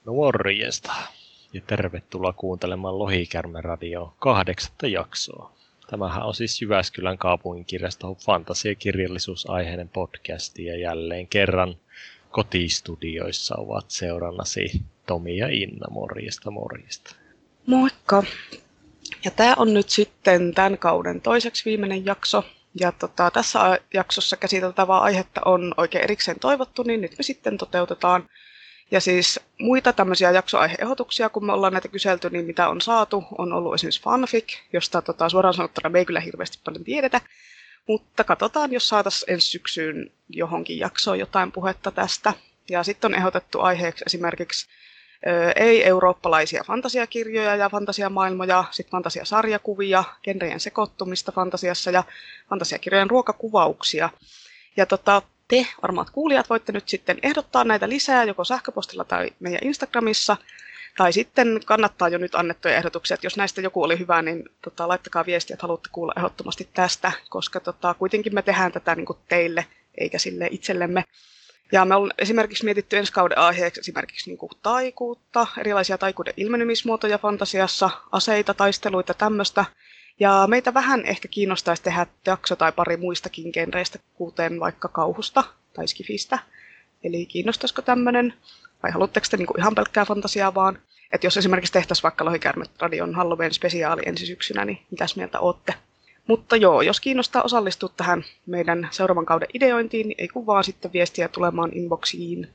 No morjesta ja tervetuloa kuuntelemaan Lohikärmen radion 8. jaksoa. Tämähän on siis Jyväskylän kaupunginkirjaston fantasiakirjallisuusaiheinen podcast ja jälleen kerran kotistudioissa ovat seurannasi Tomi ja Inna. Morjesta. Moikka! Ja tämä on nyt sitten tämän kauden toiseksi viimeinen jakso. Ja tässä jaksossa käsiteltävää aihetta on oikein erikseen toivottu, niin nyt me sitten toteutetaan. Ja siis muita tämmöisiä jaksoaihe-ehdotuksia, kun me ollaan näitä kyselty, niin mitä on saatu, on ollut esimerkiksi fanfic, josta suoraan sanottuna me ei kyllä hirveästi paljon tiedetä. Mutta katsotaan, jos saataisiin ensi syksyyn johonkin jaksoon jotain puhetta tästä. Ja sitten on ehdotettu aiheeksi esimerkiksi ei-eurooppalaisia fantasiakirjoja ja fantasiamaailmoja, sitten fantasiasarjakuvia, genrejen sekoittumista fantasiassa ja fantasiakirjojen ruokakuvauksia. Ja te, armaat kuulijat, voitte nyt sitten ehdottaa näitä lisää joko sähköpostilla tai meidän Instagramissa. Tai sitten kannattaa jo nyt annettuja ehdotuksia, että jos näistä joku oli hyvä, niin laittakaa viestiä, että haluatte kuulla ehdottomasti tästä, koska kuitenkin me tehdään tätä niin kuin teille, eikä sille itsellemme. Ja me ollaan esimerkiksi mietitty ensi kauden aiheeksi esimerkiksi niin kuin taikuutta, erilaisia taikuuden ilmenemismuotoja fantasiassa, aseita, taisteluita, tämmöistä. Ja meitä vähän ehkä kiinnostaisi tehdä jakso tai pari muistakin genreistä, kuten vaikka kauhusta tai skifistä. Eli kiinnostaisiko tämmöinen, vai haluatteko te niinku ihan pelkkää fantasiaa vaan? Että jos esimerkiksi tehtäisiin vaikka Lohikärmet radion Halloween-spesiaali ensi syksynä, niin mitäs mieltä ootte? Mutta joo, jos kiinnostaa osallistua tähän meidän seuraavan kauden ideointiin, niin ei kun vaan sitten viestiä tulemaan inboxiin.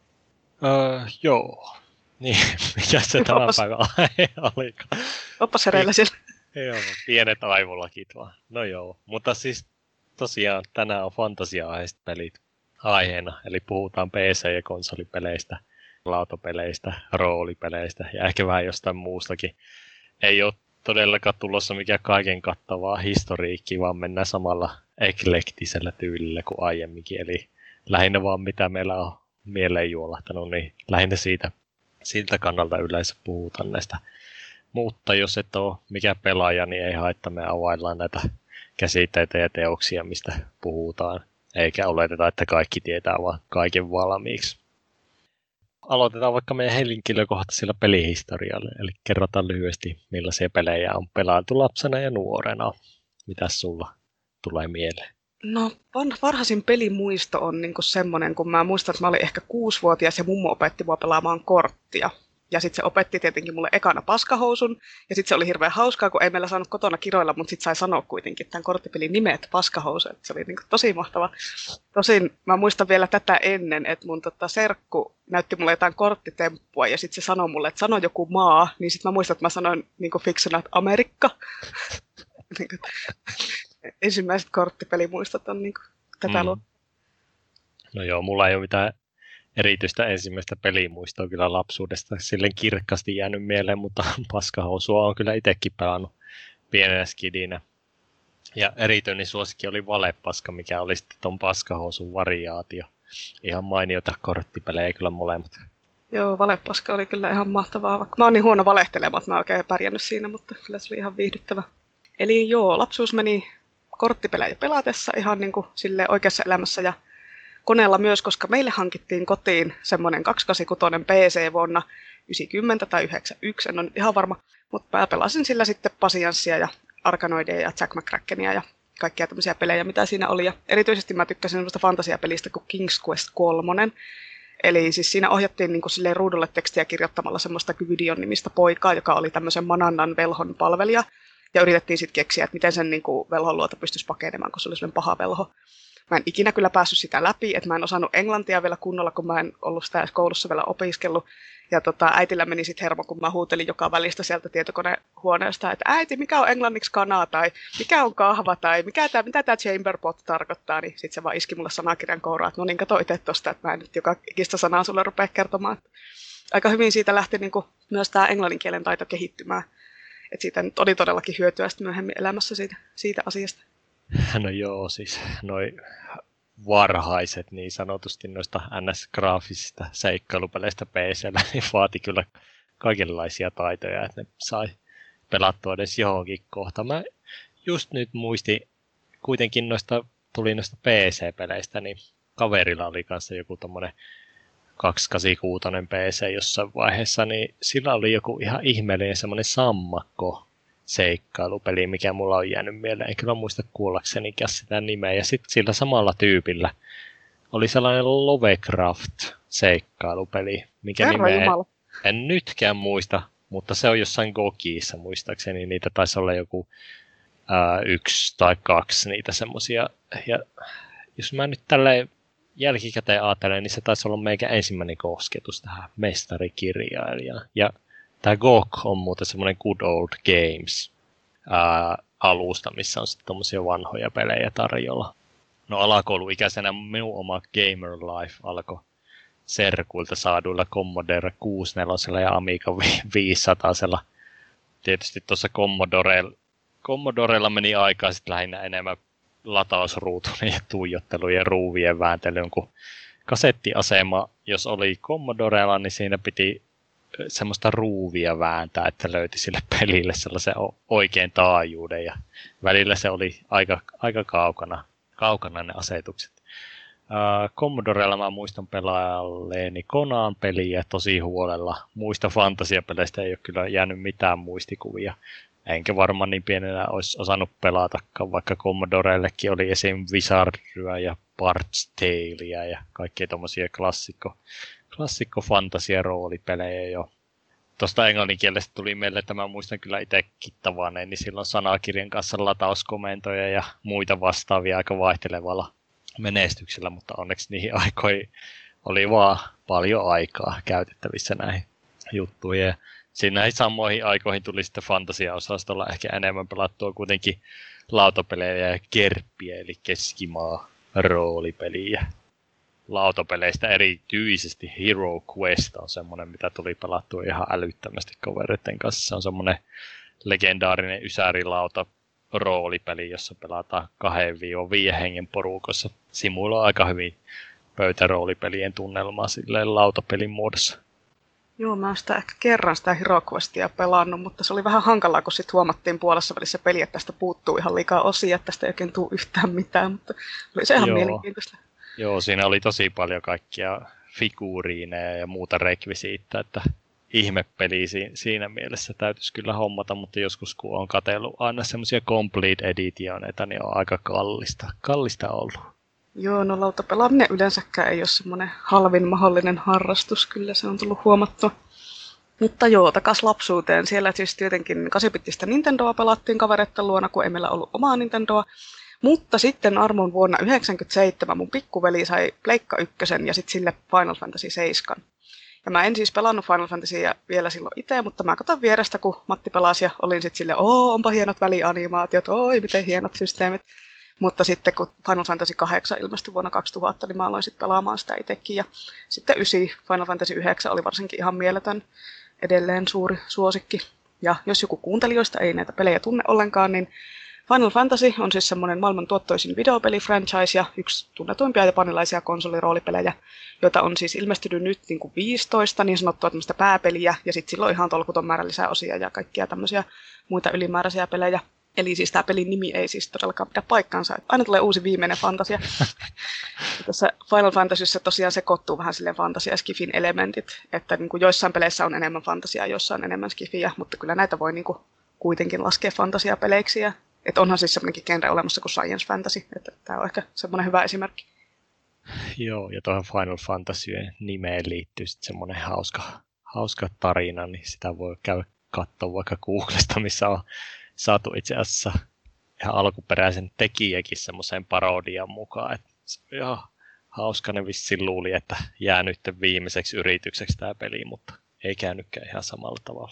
Joo. Niin, mikä se tämän päivän aihe olikaan? Oppas hereillä siellä. Joo, pienet aivolakit vaan. No joo, mutta siis tosiaan tänään on fantasia-aiheiset pelit aiheena. Eli puhutaan PC- ja konsolipeleistä, lautapeleistä, roolipeleistä ja ehkä vähän jostain muustakin. Ei ole todellakaan tulossa mikään kaiken kattavaa historiikki, vaan mennään samalla eklektisellä tyylillä kuin aiemminkin. Eli lähinnä vaan mitä meillä on mieleen juolahtanut, niin lähinnä siltä kannalta yleensä puhutaan näistä. Mutta jos et ole mikä pelaaja, niin ei haittaa, me availlaan näitä käsitteitä ja teoksia, mistä puhutaan. Eikä oleteta, että kaikki tietää vaan kaiken valmiiksi. Aloitetaan vaikka meidän henkilökohtaisella pelihistorialla. Eli kerrotaan lyhyesti, millaisia pelejä on pelailtu lapsena ja nuorena. Mitäs sulla tulee mieleen? No varhaisin pelimuisto on niinku semmoinen, kun mä muistan, että mä olin ehkä 6-vuotias ja mummo opetti mua pelaamaan korttia. Ja sitten se opetti tietenkin mulle ekana paskahousun. Ja sitten se oli hirveän hauskaa, kun ei meillä saanut kotona kiroilla, mutta sitten sai sanoa kuitenkin tämän korttipelin nimet paskahousu. Se oli niinku tosi mahtava. Tosin mä muistan vielä tätä ennen, että mun serkku näytti mulle jotain korttitemppua. Ja sitten se sanoi mulle, että sano joku maa. Niin sitten mä muistan, että mä sanoin niinku fiksuna, että Amerikka. Ensimmäiset korttipelimuistot on niinku tätä luokkaa. No joo, mulla ei ole mitään erityistä ensimmäistä pelimuistoa kyllä lapsuudesta silleen kirkkaasti jäänyt mieleen, mutta paskahousua on kyllä itsekin pelannut pienenä skidinä. Ja erityinen suosikki oli Valepaska, mikä oli sitten ton paskahousun variaatio. Ihan mainiota korttipelejä kyllä molemmat. Joo, Valepaska oli kyllä ihan mahtavaa. Vaikka mä oon niin huono valehtelemaan, että mä en oikein pärjännyt siinä, mutta kyllä se oli ihan viihdyttävä. Eli joo, lapsuus meni korttipelejä pelatessa ihan niin kuin silleen oikeassa elämässä ja koneella myös, koska meille hankittiin kotiin semmoinen 286 PC vuonna 90 tai 91, en ole ihan varma, mutta mä pelasin sillä sitten Pasianssia ja Arkanoidea ja Jack McCrackenia ja kaikkia tämmöisiä pelejä, mitä siinä oli. Ja erityisesti mä tykkäsin semmoista fantasiapelistä kuin King's Quest 3. Eli siis siinä ohjattiin niin kuin silleen ruudulle tekstiä kirjoittamalla semmoista Gyvidion nimistä poikaa, joka oli tämmöisen Manannan velhon palvelija. Ja yritettiin sitten keksiä, että miten sen niin kuin velhon luota pystyisi pakenemaan, kun se oli semmoinen paha velho. Mä en ikinä kyllä päässyt sitä läpi, että mä en osannut englantia vielä kunnolla, kun mä en ollut sitä koulussa vielä opiskellut. Ja äitillä meni sitten hermo, kun mä huutelin joka välistä sieltä tietokonehuoneesta, että äiti, mikä on englanniksi kana, tai mikä on kahva, tai mitä tämä chamberpot tarkoittaa, niin sitten se vaan iski mulle sanakirjan kouraan, että no niin, kato itse tosta, että mä en nyt joka ikistä sanaa sulle rupea kertomaan. Aika hyvin siitä lähti niin kuin myös tämä englannin kielen taito kehittymään. Että siitä nyt oli todellakin hyötyä sitten myöhemmin elämässä siitä asiasta. No joo, siis noi varhaiset niin sanotusti noista NS-graafisista seikkailupeleistä PC:llä niin vaati kyllä kaikenlaisia taitoja, että ne sai pelattua edes johonkin kohtaan. Mä just nyt muistin kuitenkin tuli noista PC-peleistä, niin kaverilla oli kanssa joku tommonen 286 PC jossain vaiheessa, niin sillä oli joku ihan ihmeellinen semmoinen sammakko seikkailupeli, mikä mulla on jäänyt mieleen. En kyllä muista kuollaksenikaan sitä nimeä. Ja sitten sillä samalla tyypillä oli sellainen Lovecraft-seikkailupeli, mikä nimeä en nytkään muista, mutta se on jossain GOGissa muistaakseni. Niitä taisi olla joku 1 tai 2 niitä semmosia. Ja jos mä nyt tälleen jälkikäteen ajattelen, niin se taisi olla meikä ensimmäinen kosketus tähän mestarikirjailijaan. Ja tämä GOG on muuten semmoinen Good Old Games alusta, missä on sitten tommosia vanhoja pelejä tarjolla. No alakouluikäisenä minun oma Gamer Life alkoi serkuilta saaduilla Commodore 64 ja Amiga 500. Tietysti tuossa Commodorella meni aikaa sitten lähinnä enemmän latausruutujen ja tuijottelujen ja ruuvien vääntelyyn, kun kasettiasema, jos oli Commodorella, niin siinä piti semmoista ruuvia vääntää, että löyti sille pelille sellaisen oikein taajuuden, ja välillä se oli aika kaukana ne asetukset. Commodorella mä muistan pelaajalleeni Conan peliä tosi huolella. Muista fantasiapeleistä ei ole kyllä jäänyt mitään muistikuvia. Enkä varmaan niin pienenä olisi osannut pelatakaan, vaikka Commodorellekin oli esim. Wizardia ja Bard's Talea ja kaikkia tommosia klassikko fantasia-roolipelejä jo. Tuosta englanninkielestä tuli meille, että mä muistan kyllä itsekin tavanneen, niin silloin sanakirjan kanssa latauskomentoja ja muita vastaavia aika vaihtelevalla menestyksellä, mutta onneksi niihin aikoihin oli vaan paljon aikaa käytettävissä näihin juttuihin. Siinä samoihin aikoihin tuli sitten fantasia-osastolla ehkä enemmän pelattua kuitenkin lautapelejä ja kerppiä, eli keskimaa roolipeliä. Lautapeleistä erityisesti Hero Quest on semmoinen, mitä tuli pelattua ihan älyttömästi kavereiden kanssa. Se on semmoinen legendaarinen ysärilauta roolipeli, jossa pelataan 2-5 hengen porukossa. Simuloi aika hyvin pöytäroolipelien tunnelmaa silleen lautapelin muodossa. Joo, mä oon sitä ehkä kerran sitä Hero Questia pelannut, mutta se oli vähän hankalaa, kun sitten huomattiin puolessa välissä peliä, että tästä puuttuu ihan liikaa osia, että tästä ei oikein tule yhtään mitään, mutta oli se ihan mielenkiintoista. Joo, siinä oli tosi paljon kaikkia figuuriineja ja muuta rekvisiittaa, että ihmepeli siinä mielessä täytyisi kyllä hommata, mutta joskus kun on katsellut aina semmoisia complete editioneita, niin on aika kallista ollut. Joo, no lautapelaaminen yleensäkään ei ole semmoinen halvin mahdollinen harrastus, kyllä se on tullut huomattua. Mutta joo, takas lapsuuteen. Siellä siis tietenkin 8-bittistä Nintendoa pelattiin kavereiden luona, kun ei meillä ollut omaa Nintendoa. Mutta sitten armon vuonna 1997 mun pikkuveli sai Pleikka 1 ja sitten sille Final Fantasy 7. Ja mä en siis pelannut Final Fantasyä vielä silloin itse, mutta mä katson vierestä, kun Matti pelasi ja olin sitten silleen, onpa hienot välianimaatiot, oi miten hienot systeemit. Mutta sitten kun Final Fantasy 8 ilmestyi vuonna 2000, niin mä aloin sitten pelaamaan sitä itsekin. Ja sitten 9, Final Fantasy 9 oli varsinkin ihan mieletön, edelleen suuri suosikki. Ja jos joku kuuntelijoista ei näitä pelejä tunne ollenkaan, niin Final Fantasy on siis semmoinen maailman tuottoisin videopeli-franchise ja yksi tunnetuimpia japanilaisia konsoliroolipelejä, joita on siis ilmestynyt nyt niin kuin 15 niin sanottua tämmöistä pääpeliä, ja sitten silloin ihan tolkuton määrä lisää osia ja kaikkia tämmöisiä muita ylimääräisiä pelejä. Eli siis tämä pelin nimi ei siis todellakaan pidä paikkaansa. Aina tulee uusi viimeinen fantasia. Tässä Final Fantasyssä tosiaan sekoittuu vähän silleen fantasia- ja skifin elementit, että niin kuin joissain peleissä on enemmän fantasiaa, joissain enemmän skifiä, mutta kyllä näitä voi niin kuin kuitenkin laskea fantasiapeleiksi. Että onhan siis semmoinenkin genre olemassa kuin science fantasy, että tämä on ehkä semmoinen hyvä esimerkki. Joo, ja tuohon Final Fantasyen nimeen liittyy sitten semmoinen hauska tarina, niin sitä voi käydä katsoa vaikka Googlesta, missä on saatu itse asiassa ihan alkuperäisen tekijäkin semmoiseen parodian mukaan. Että ihan hauska, ne vissiin luuli, että jää nyt viimeiseksi yritykseksi tämä peli, mutta ei käynytkään ihan samalla tavalla.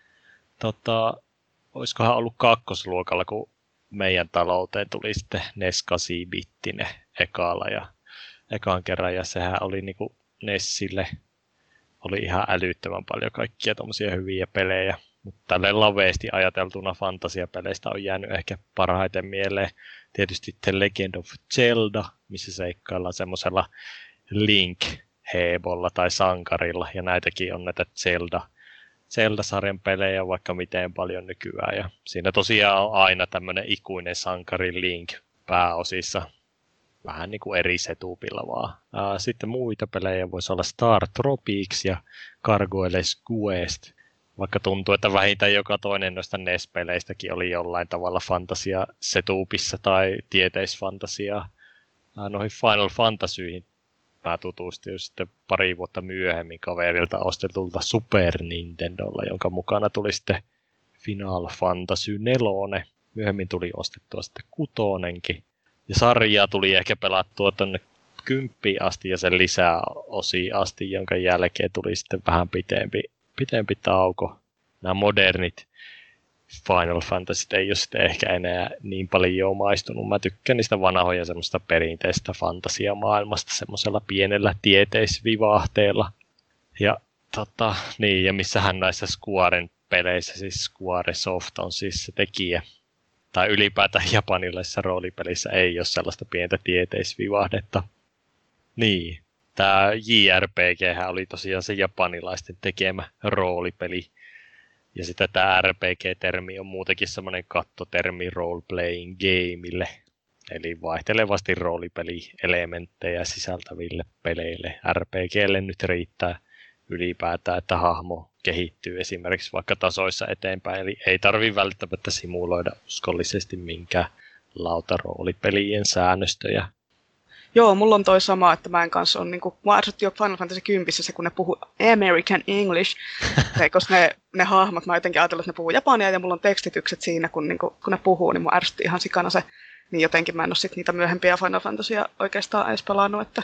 Olisikohan ollut kakkosluokalla, kun meidän talouteen tuli sitten NES 8-bittinen ekaan kerran, ja sehän oli niinku NESille oli ihan älyttömän paljon kaikkia tommosia hyviä pelejä, mutta tälleen laveesti ajateltuna fantasiapeleistä on jäänyt ehkä parhaiten mieleen tietysti The Legend of Zelda, missä seikkaillaan semmoisella Link-heebolla tai sankarilla, ja näitäkin on näitä Zelda-sarjan pelejä vaikka miten paljon nykyään, ja siinä tosiaan on aina tämmöinen ikuinen sankari Link pääosissa. vähän niin kuin eri setupilla vaan. Sitten muita pelejä voisi olla Star Tropics ja Gargoyles Quest. Vaikka tuntuu, että vähintään joka toinen noista NES-peleistäkin oli jollain tavalla fantasia-setupissa tai tieteisfantasiaa. Noihin Final Fantasyihin mä tutustuin sitten pari vuotta myöhemmin kaverilta ostetulta Super Nintendolla, jonka mukana tuli sitten Final Fantasy 4. Myöhemmin tuli ostettua sitten 6. Ja sarjaa tuli ehkä pelattua tuonne 10 asti ja sen lisää osia asti, jonka jälkeen tuli sitten vähän pitempi tauko. Nämä modernit Final Fantasyt ei ole sitten ehkä enää niin paljon maistunut. Mä tykkään niistä vanhoja semmoista perinteistä fantasiamaailmasta semmoisella pienellä tieteisvivahteella. Ja ja missähän näissä Squaren peleissä, siis Squaresoft on siis se tekijä. Tai ylipäätään japanilaisessa roolipelissä ei ole sellaista pientä tieteisvivahdetta. Niin, tämä JRPG oli tosiaan se japanilaisten tekemä roolipeli. Ja sitten tämä RPG-termi on muutenkin semmoinen kattotermi role-playing gameille. Eli vaihtelevasti roolipelielementtejä sisältäville peleille. RPGlle nyt riittää ylipäätään, että hahmo kehittyy esimerkiksi vaikka tasoissa eteenpäin. Eli ei tarvitse välttämättä simuloida uskollisesti minkään lautaroolipelien säännöstöjä. Joo, mulla on toi sama, että mä en kanssa on niinku, mä ärsytti jo Final Fantasy 10 se, kun ne puhuu American English, koska ne hahmot, mä jotenkin ajatellut, että ne puhuu japania ja mulla on tekstitykset siinä, kun ne puhuu, niin mun ärsytti ihan sikana se, niin jotenkin mä en oo sit niitä myöhempiä Final Fantasya oikeastaan edes pelannut, että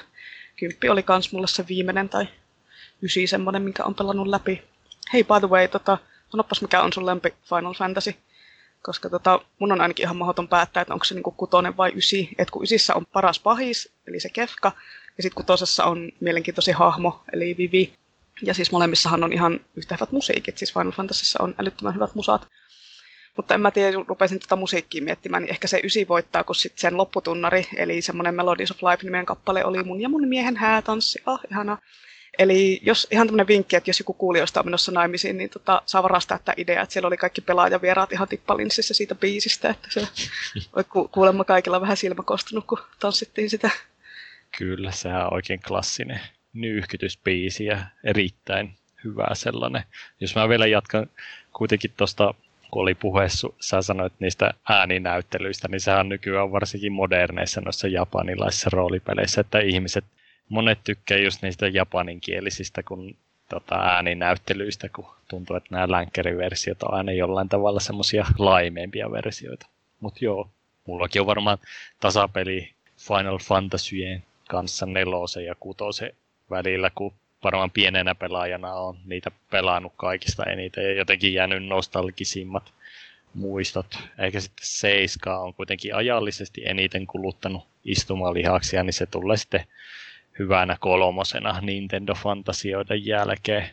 10 oli kans mulle se viimeinen tai 9 semmonen, minkä on pelannut läpi. Hei, by the way, sanoppas mikä on sun lempi Final Fantasy? Koska mun on ainakin ihan mahdoton päättää, että onko se niinku 6 vai 9. Että kun 9 on paras pahis, eli se Kefka, ja sitten 6 on mielenkiintoisin hahmo, eli Vivi. Ja siis molemmissahan on ihan yhtä hyvät musiikit, siis Final Fantasyssä on älyttömän hyvät musat. Mutta en mä tiedä, rupesin musiikkia miettimään, niin ehkä se 9 voittaa, kun sitten sen lopputunnari, eli semmoinen Melodies of Life-niminen kappale oli mun ja mun miehen häätanssi. Ihana. Eli jos ihan tämmöinen vinkki, että jos joku kuulijoista on menossa naimisiin, niin saa varastaa tämä idea, että siellä oli kaikki pelaajavieraat ihan tippalinssissä siitä biisistä, että se oli kuulemma kaikilla vähän silmäkostunut, kun tanssittiin sitä. Kyllä, sehän on oikein klassinen nyyhkytysbiisi ja erittäin hyvä sellainen. Jos mä vielä jatkan kuitenkin tuosta, kun oli puheessa, sä sanoit niistä ääninäyttelyistä, niin sehän on nykyään varsinkin moderneissa noissa japanilaisissa roolipeleissä, että monet tykkää just niistä japaninkielisistä kun ääninäyttelyistä, kun tuntuu, että nämä länkkäriversiot on aina jollain tavalla semmoisia laimeimpia versioita. Mutta joo, mullakin on varmaan tasapeli Final Fantasyjen kanssa 4 ja 6 välillä, kun varmaan pienenä pelaajana on niitä pelannut kaikista eniten ja jotenkin jäänyt nostalgisimmat muistot. Eikä sitten 7 on kuitenkin ajallisesti eniten kuluttanut istumalihaksia, niin se tulee sitten hyvänä 3. Nintendo Fantasioiden jälkeen.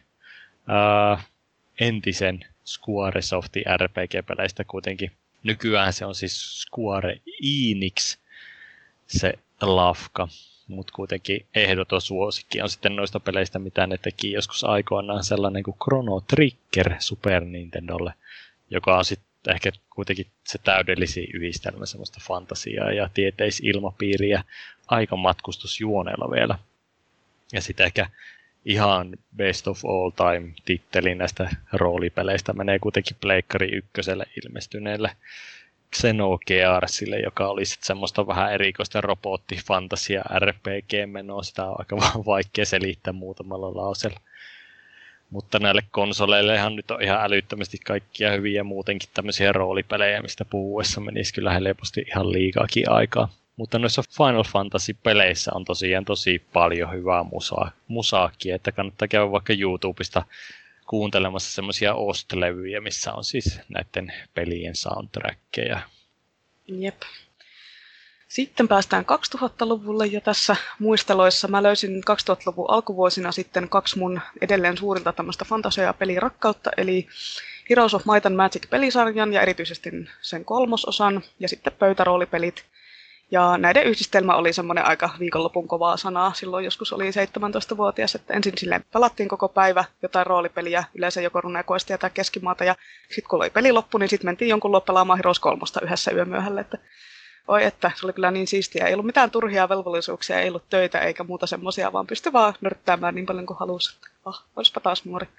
Entisen Squaresoftin RPG-peleistä kuitenkin. Nykyään se on siis Square Enix, se lafka, mutta kuitenkin ehdoton suosikki on sitten noista peleistä, mitä ne teki joskus aikoinaan sellainen kuin Chrono Trigger Super Nintendolle, joka on sitten ehkä kuitenkin se täydellisin yhdistelmä semmoista fantasiaa ja tieteisilmapiiriä aika matkustusjuoneella vielä. Ja sitten ehkä ihan best of all time -titteli näistä roolipeleistä menee kuitenkin Pleikkari 1 ilmestyneelle Xenogearsille, joka oli sitten semmoista vähän erikoista robottifantasia RPG-menoa. Sitä on aika vaikea selittää muutamalla lauseella. Mutta näille konsoleillehan nyt on ihan älyttömästi kaikkia hyviä muutenkin tämmöisiä roolipelejä, mistä puhuessa menisi kyllä helposti ihan liikaakin aikaa. Mutta noissa Final Fantasy-peleissä on tosiaan tosi paljon hyvää musaakin, että kannattaa käydä vaikka YouTubesta kuuntelemassa semmoisia ostlevyjä, missä on siis näiden pelien soundtrackeja. Jep. Sitten päästään 2000-luvulle jo tässä muisteloissa. Mä löysin 2000-luvun alkuvuosina sitten 2 mun edelleen suurinta tämmöistä fantasia-pelirakkautta, eli Heroes of Might and Magic-pelisarjan ja erityisesti sen 3. osan ja sitten pöytäroolipelit. Ja näiden yhdistelmä oli semmoinen aika viikonlopun kovaa sanaa. Silloin joskus oli 17-vuotias, että ensin silleen pelattiin koko päivä jotain roolipeliä, yleensä joko Runequestia tai Keskimaata. Ja sitten kun oli peli loppu, niin sitten mentiin jonkun luo pelaamaan Heroes 3 yhdessä yömyöhälle. Että Oi, että se oli kyllä niin siistiä. Ei ollut mitään turhia velvollisuuksia, ei ollut töitä eikä muuta semmoisia, vaan pystyi vaan nörttäämään niin paljon kuin halusi. Olisipa taas nuori.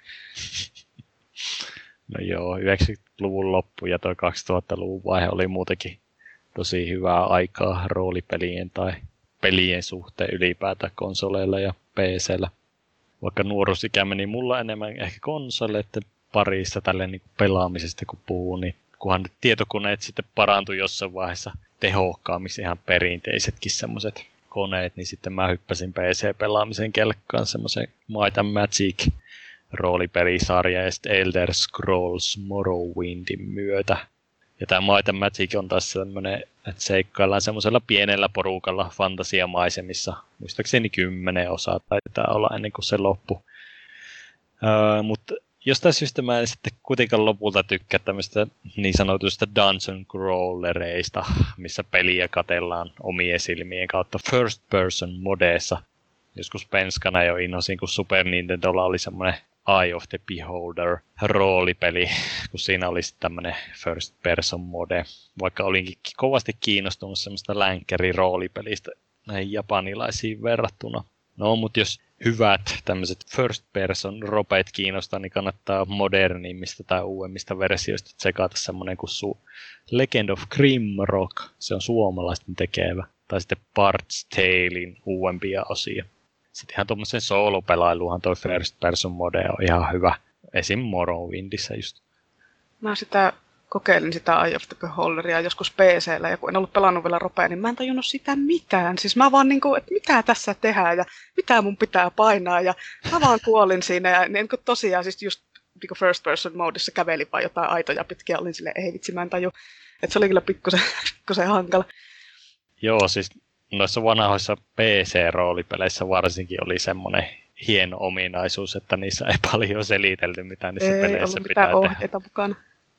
No joo, 90-luvun loppu ja toi 2000-luvun vaihe oli muutenkin tosi hyvää aikaa roolipelien tai pelien suhteen ylipäätään konsoleilla ja PC:llä. Vaikka nuoruusikä meni mulla enemmän ehkä konsoleiden parissa tälleen niin pelaamisesta kun puhuu, niin kunhan nyt tietokoneet sitten parantui jossain vaiheessa tehokkaammiksi ihan perinteisetkin semmoiset koneet, niin sitten mä hyppäsin PC-pelaamisen kelkkaan semmoisen Might and Magic roolipelisarja ja sitten Elder Scrolls Morrowindin myötä. Ja tämä Might and Magic on taas semmoinen, että seikkaillaan semmoisella pienellä porukalla fantasiamaisemissa. Muistaakseni 10 osaa taitaa olla ennen kuin se loppu. Mutta jostain syystä mä en sitten kuitenkaan lopulta tykkää tämmöistä niin sanotusta dungeon crawlereista, missä peliä katellaan omien silmien kautta first person modeessa. Joskus penskana jo innosin, kun Super Nintendolla oli semmoinen Eye of the Beholder roolipeli, kun siinä oli tämmöinen first person mode. Vaikka olinkin kovasti kiinnostunut semmoista länkkäri-roolipelistä näihin japanilaisiin verrattuna. No, mutta jos hyvät tämmöiset first person ropet kiinnostaa, niin kannattaa modernimmista tai uudemmista versioista tsekata semmoinen kuin Legend of Grimrock. Se on suomalaisten tekevä. Tai sitten Bard's Talein uudempia osia. Sitten ihan tuommoisen soolopelailuhan toi first person mode on ihan hyvä. Esim. Morrowindissä just. Mä kokeilin sitä Eye of the Beholderia joskus PC:llä, ja kun en ollut pelannut vielä ropea, niin mä en tajunnut sitä mitään. Siis mä vaan niinku, että mitä tässä tehdään ja mitä mun pitää painaa, ja mä vaan kuolin siinä, ja niin kuin tosiaan siis just niinku first person modissa kävelin vaan jotain aitoja pitkin, ja olin silleen, ei vitsi, mä en taju. Että se oli kyllä pikkusen hankala. Joo, siis noissa vanhoissa PC-roolipeleissä varsinkin oli semmoinen hieno ominaisuus, että niissä ei paljon selitelty, mitä niissä peleissä pitää tehdä. Ei ollut mitään ohjeita mukana.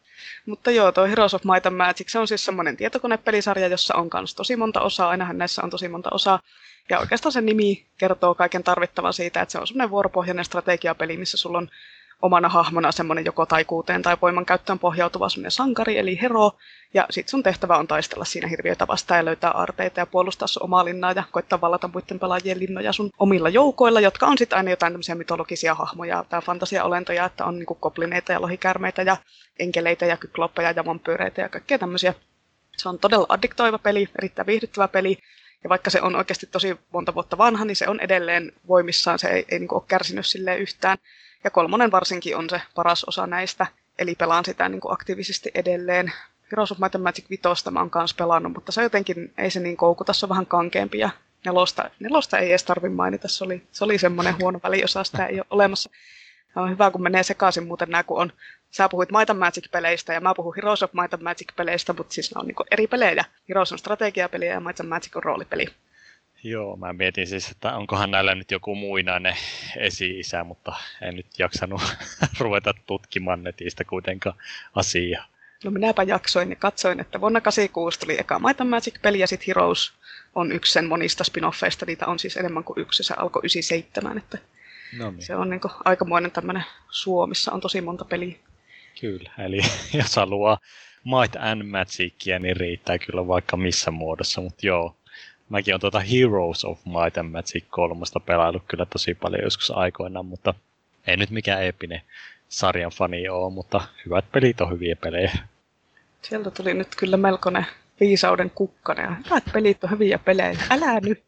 Mutta joo, toi Heroes of Might and Magic, se on siis semmoinen tietokonepelisarja, jossa on myös tosi monta osaa, ainahan näissä on tosi monta osaa. Ja oikeastaan se nimi kertoo kaiken tarvittavan siitä, että se on semmoinen vuoropohjainen strategiapeli, missä sulla on omana hahmona semmoinen joko taikuuteen tai voimankäyttöön pohjautuva semmoinen sankari, eli hero. Ja sit sun tehtävä on taistella siinä hirviöitä vastaan ja löytää aarteita ja puolustaa sun omaa linnaa ja koittaa vallata muiden pelaajien linnoja sun omilla joukoilla, jotka on sitten aina jotain tämmöisiä mytologisia hahmoja tai fantasiaolentoja, että on niinku goblineita ja lohikäärmeitä ja enkeleitä ja kykloppeja ja vampyyreitä ja kaikkea tämmöisiä. Se on todella addiktoiva peli, erittäin viihdyttävä peli. Ja vaikka se on oikeasti tosi monta vuotta vanha, niin se on edelleen voimissaan, se ei niinku ole kärsinyt silleen yhtään. Ja 3 varsinkin on se paras osa näistä, eli pelaan sitä niin kuin aktiivisesti edelleen. Heroes of Might and Magic 5 mä oon kanssa pelannut, mutta se jotenkin ei se niin koukuta, se on vähän kankeampi ja nelosta ei edes tarvitse mainita, se oli semmoinen huono väliosa, sitä ei ole olemassa. On hyvä, kun menee sekaisin muuten nämä, kun on, sä puhuit Might and Magic-peleistä ja mä puhun Heroes of Might and Magic-peleistä, mutta siis ne on niin kuin eri pelejä. Heroes on strategiapeliä ja Might and Magic on roolipeli. Joo, mä mietin siis, että onkohan näillä nyt joku muinainen esi-isä, mutta en nyt jaksanut ruveta tutkimaan netistä kuitenkaan asiaa. No minäpä jaksoin ja katsoin, että vuonna 1986 tuli eka Might and Magic-peli ja sitten Heroes on yksi sen monista spin-offeista. Niitä on siis enemmän kuin yksi, se alkoi 97, että no niin. Se on niin kuin aikamoinen tämmöinen suo, missä on tosi monta peliä. Kyllä, eli jos haluaa Might and Magicia, niin riittää kyllä vaikka missä muodossa, mutta joo. Mäkin on Heroes of Might and Magic 3 pelaillut kyllä tosi paljon joskus aikoinaan, mutta ei nyt mikään eeppinen sarjan fani ole, mutta hyvät pelit on hyviä pelejä. Sieltä tuli nyt kyllä melkoinen viisauden kukkanen ja hyvät pelit on hyviä pelejä, älä nyt!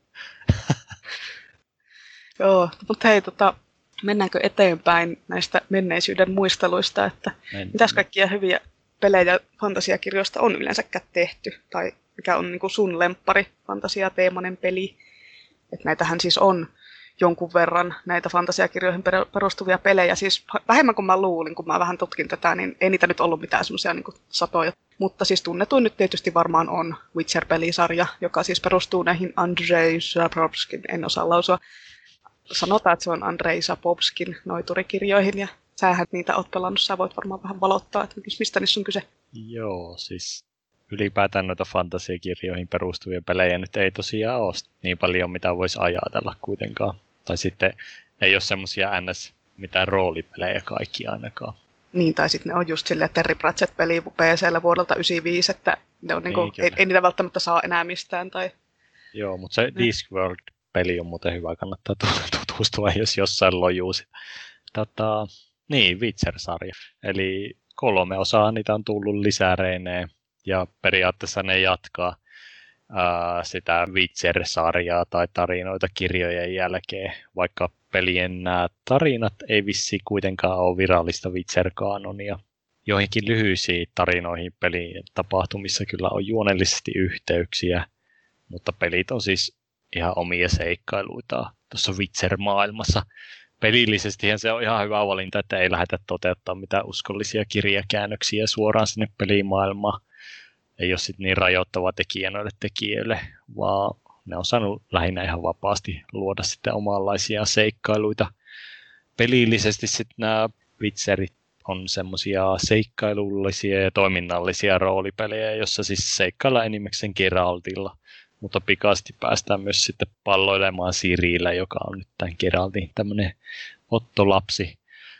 Joo, mutta hei, mennäänkö eteenpäin näistä menneisyyden muisteluista, että mitäs kaikkia hyviä pelejä fantasiakirjoista on yleensäkään tehty, tai mikä on niin kuin sun lemppari fantasiateemainen peli. Että näitähän siis on jonkun verran näitä fantasiakirjoihin perustuvia pelejä. Siis vähemmän kuin mä luulin, kun mä vähän tutkin tätä, niin ei niitä nyt ollut mitään semmoisia niin kuin satoja. Mutta siis tunnetuin nyt tietysti varmaan on Witcher-pelisarja, joka siis perustuu näihin Andrzej Sapkowskin, en osaa lausua. Sanotaan, että se on Andrzej Sapkowskin noiturikirjoihin, ja sähän niitä oot pelannut, sä voit varmaan vähän valottaa, että mistä niissä on kyse. Joo, siis ylipäätään noita fantasiakirjoihin perustuvia pelejä nyt ei tosiaan ole niin paljon, mitä voisi ajatella kuitenkaan. Tai sitten ei ole semmoisia mitään roolipelejä kaikki ainakaan. Niin, tai sitten ne on just silleen Terry Pratchett-peli PC:llä vuodelta 1995, että Ne on Niin, ei niitä välttämättä saa enää mistään. Tai... Joo, mutta se Discworld-peli on muuten hyvä, kannattaa tutustua, jos jossain lojuu sitä. Niin, Witcher-sarja. Eli 3 osaa niitä on tullut lisäreineen, ja periaatteessa ne jatkaa sitä Witcher-sarjaa tai tarinoita kirjojen jälkeen, vaikka pelien nämä tarinat ei vissiin kuitenkaan ole virallista Witcher-kaanonia. Joihinkin lyhyisiin tarinoihin pelin tapahtumissa kyllä on juonellisesti yhteyksiä, mutta pelit on siis ihan omia seikkailuita tuossa Witcher-maailmassa. Pelillisestihän se on ihan hyvä valinta, että ei lähdetä toteuttaa mitään uskollisia kirjakäännöksiä suoraan sinne pelimaailmaan. Ei ole sitten niin rajoittava tekijä noille tekijöille, vaan ne on saanut lähinnä ihan vapaasti luoda sitten omanlaisia seikkailuita. Pelillisesti sitten nämä Witcherit on semmoisia seikkailullisia ja toiminnallisia roolipelejä, jossa siis seikkaillaan enimmäkseen Geraltilla, mutta pikaisesti päästään myös sitten palloilemaan Ciriillä, joka on nyt tämän Geraltin tämmöinen ottolapsi.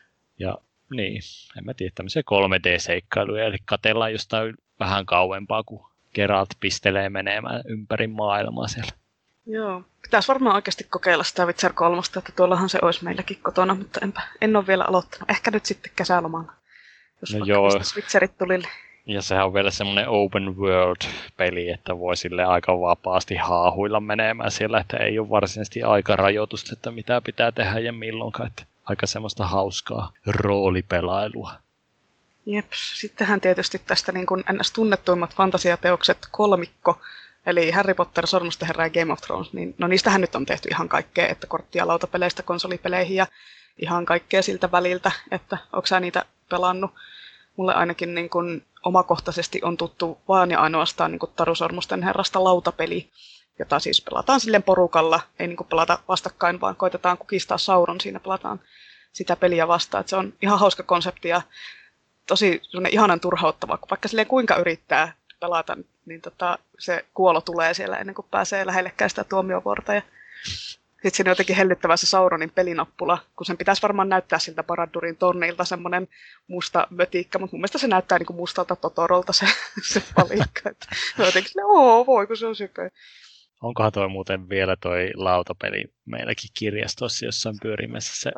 Ja niin, en mä tiedä, tämmöisiä 3D-seikkailuja, eli katsellaan jostain vähän kauempaa, kun Geralt pistelee menemään ympäri maailmaa siellä. Joo, pitäisi varmaan oikeasti kokeilla sitä Witcher 3, että tuollahan se olisi meilläkin kotona, mutta en ole vielä aloittanut. Ehkä nyt sitten kesälomalla, jos vaikka Witcherit tulille. Ja sehän on vielä semmoinen open world-peli, että voi sille aika vapaasti haahuilla menemään siellä, että ei ole varsinaisesti aikarajoitusta, että mitä pitää tehdä ja milloinkaan. Että aika semmoista hauskaa roolipelailua. Jep, sittenhän tietysti tästä niin kuin ns. Tunnettuimmat fantasiateokset kolmikko, eli Harry Potter, Sormusten herra ja Game of Thrones, niin no niistähän nyt on tehty ihan kaikkea, että korttia lautapeleistä konsolipeleihin ja ihan kaikkea siltä väliltä, että onko sä niitä pelannut? Mulle ainakin niin kuin omakohtaisesti on tuttu vaan ja ainoastaan niin kuin Taru Sormusten herrasta lautapeli, jota siis pelataan silleen porukalla, ei niin kuin pelata vastakkain, vaan koitetaan kukistaa Sauron, siinä pelataan sitä peliä vastaan. Että se on ihan hauska konsepti ja tosi ihanan turhauttava, kun vaikka silleen kuinka yrittää pelata, niin se kuolo tulee siellä ennen kuin pääsee lähellekään sitä tuomiovuorta. Ja sitten siinä on jotenkin hellyttävä se Sauronin pelinappula, kun sen pitäisi varmaan näyttää siltä Barad-dûrin tornilta semmoinen musta mötikkä, mutta mun mielestä se näyttää niin kuin mustalta Totorolta se palikka. Jotenkin silleen, voi kun se on sypeä. Onkohan toi muuten vielä toi lautapeli meilläkin kirjastossa jossain pyörimässä? Se,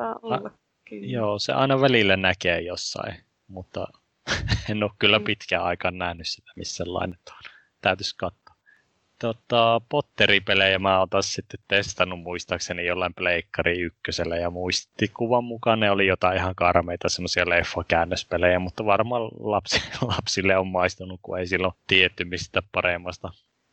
joo, se aina välillä näkee jossain, mutta en ole kyllä pitkään aikaan nähnyt sitä, missä lainataan. Täytyisi katsoa. Potteripelejä mä oon taas sitten testannut muistaakseni jollain Pleikkari 1:llä ja muistikuvan mukaan ne oli jotain ihan karmeita semmoisia leffakäännöspelejä, mutta varmaan lapsille on maistunut, kun ei silloin tietty mistä paremmasta.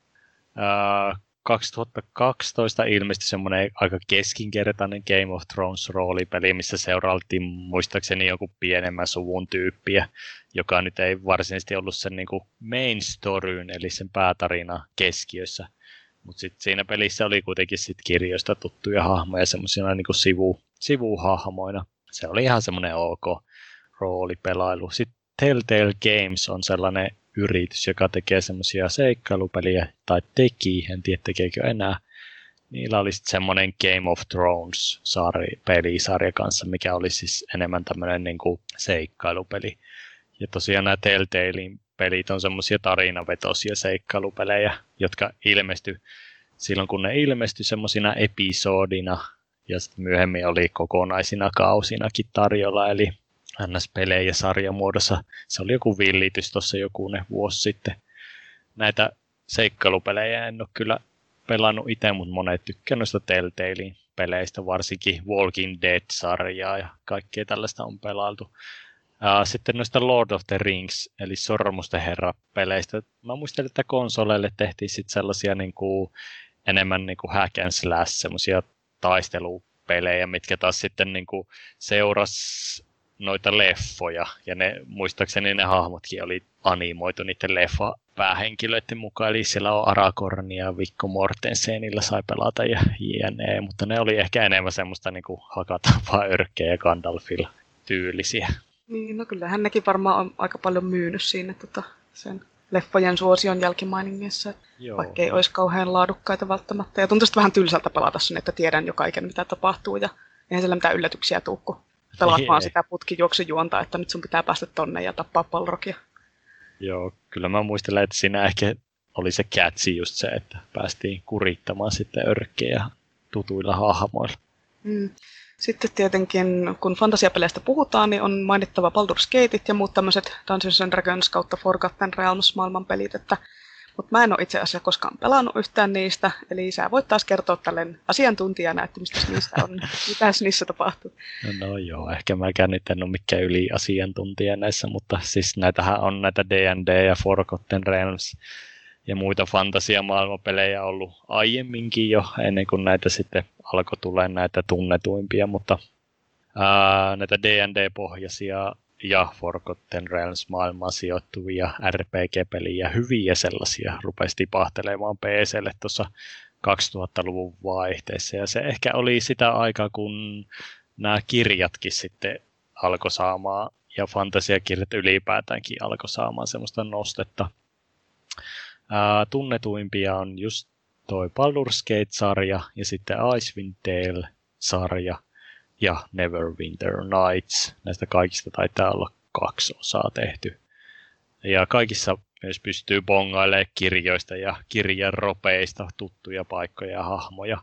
2012 ilmestyi semmoinen aika keskinkertainen Game of Thrones roolipeli, missä seurailtiin muistaakseni joku pienemmän suvun tyyppiä, joka nyt ei varsinaisesti ollut sen niin kuin main storyn, eli sen päätarina keskiössä. Mutta sitten siinä pelissä oli kuitenkin sit kirjoista tuttuja hahmoja semmoisina niin kuin sivuhahmoina. Se oli ihan semmoinen ok roolipelailu. Sitten Telltale Games on sellainen yritys, joka tekee semmoisia seikkailupeliä, tai teki, en tiedä tekeekö enää. Niillä oli sitten semmoinen Game of Thrones pelisarja kanssa, mikä oli siis enemmän tämmöinen niin kuin seikkailupeli. Ja tosiaan nämä Telltalein pelit on semmoisia tarinavetoisia seikkailupelejä, jotka ilmestyi silloin, kun ne ilmestyi semmoisina episodina, ja sitten myöhemmin oli kokonaisina kausinakin tarjolla, eli NS-pelejä sarjamuodossa. Se oli joku villitys tuossa jokunen vuosi sitten. Näitä seikkailupelejä en ole kyllä pelannut itse, mutta monet tykkää noista Telltalein peleistä, varsinkin Walking Dead-sarjaa ja kaikkea tällaista on pelailtu. Sitten noista Lord of the Rings, eli Sormusten herra-peleistä. Mä muistelin, että konsoleille tehtiin sitten sellaisia niin kuin, enemmän niin kuin hack and slash, semmoisia taistelupelejä, mitkä taas sitten niin kuin seurasi noita leffoja, ja ne, muistaakseni ne hahmotkin oli animoitu niiden leffa-päähenkilöiden mukaan, eli siellä on Aragorn ja Viggo Mortensenilla sai pelata ja jne, mutta ne oli ehkä enemmän semmoista niin kuin hakatavaa örkkeä ja Gandalfilla tyylisiä. Niin, no kyllähän nekin varmaan on aika paljon myynyt siinä sen leffojen suosion jälkimainingeissa, vaikka ei olisi kauhean laadukkaita välttämättä. Ja tuntuu vähän tylsältä pelata sen, että tiedän jo kaiken, mitä tapahtuu, ja eihän siellä mitään yllätyksiä tule, kun pelaat vaan sitä putkijuoksujuonta, että nyt sun pitää päästä tonne ja tappaa Balrogia. Joo, kyllä mä muistelen, että siinä ehkä oli se catchy just se, että päästiin kurittamaan sitten örkkejä tutuilla hahmoilla. Sitten tietenkin, kun fantasiapeleistä puhutaan, niin on mainittava Baldur's Gateit ja muut tämmöiset Dungeons and Dragons kautta Forgotten Realms -maailman pelit, mutta mä en ole itse asiassa koskaan pelannut yhtään niistä, eli sä voit taas kertoa tälleen asiantuntijana, että mistä niistä on, mitä niissä tapahtuu. No joo, ehkä mäkään nyt en ole mikään yliasiantuntija näissä, mutta siis näitähän on näitä D&D ja Forgotten Realms ja muita fantasiamaailmapelejä ollut aiemminkin jo, ennen kuin näitä sitten alkoi tulla näitä tunnetuimpia, mutta näitä D&D-pohjaisia ja Forgotten Realms-maailmaan sijoittuvia RPG-peliä, hyviä sellaisia, rupesi tipahtelemaan PC:lle tuossa 2000-luvun vaihteessa. Ja se ehkä oli sitä aikaa, kun nämä kirjatkin sitten alkoi saamaan, ja fantasiakirjat ylipäätäänkin alkoi saamaan semmoista nostetta. Tunnetuimpia on just toi Baldur's Gate-sarja ja sitten Icewind Dale-sarja ja Neverwinter Nights. Näistä kaikista taitaa olla 2 osaa tehty. Ja kaikissa myös pystyy bongailemaan kirjoista ja kirjan ropeista tuttuja paikkoja ja hahmoja.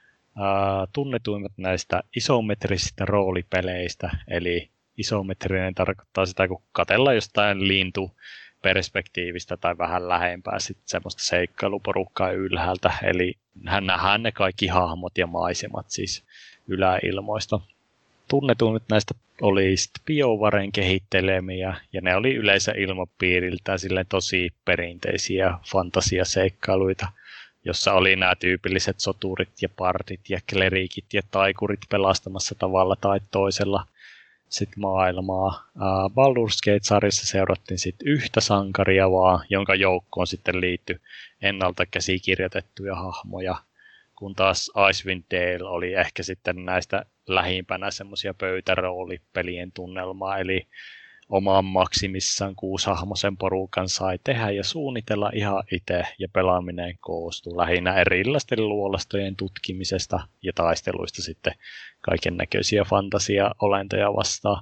Tunnetuimmat näistä isometrisistä roolipeleistä, eli isometrinen tarkoittaa sitä, kun katsellaan jostain lintuperspektiivistä tai vähän lähempää sitten semmoista seikkailuporukkaa ylhäältä, eli nähdään ne kaikki hahmot ja maisemat siis yläilmoista. Tunnetuimmat näistä oli BioWaren kehittelemiä, ja ne oli yleensä ilmapiiriltään silleen tosi perinteisiä fantasiaseikkailuita, jossa oli nämä tyypilliset soturit ja partit ja klerikit ja taikurit pelastamassa tavalla tai toisella sit maailmaa. Baldur's Gate-sarjassa seurattiin sit yhtä sankaria vaan, jonka joukkoon sitten liittyi ennalta käsikirjoitettuja hahmoja, kun taas Icewind Dale oli ehkä sitten näistä lähimpänä semmoisia pöytäroolipelien tunnelmaa, eli oman maksimissaan 6-hahmoisen porukan sai tehdä ja suunnitella ihan itse, ja pelaaminen koostui lähinnä erilaisten luolastojen tutkimisesta ja taisteluista sitten kaiken näköisiä fantasia-olentoja vastaan.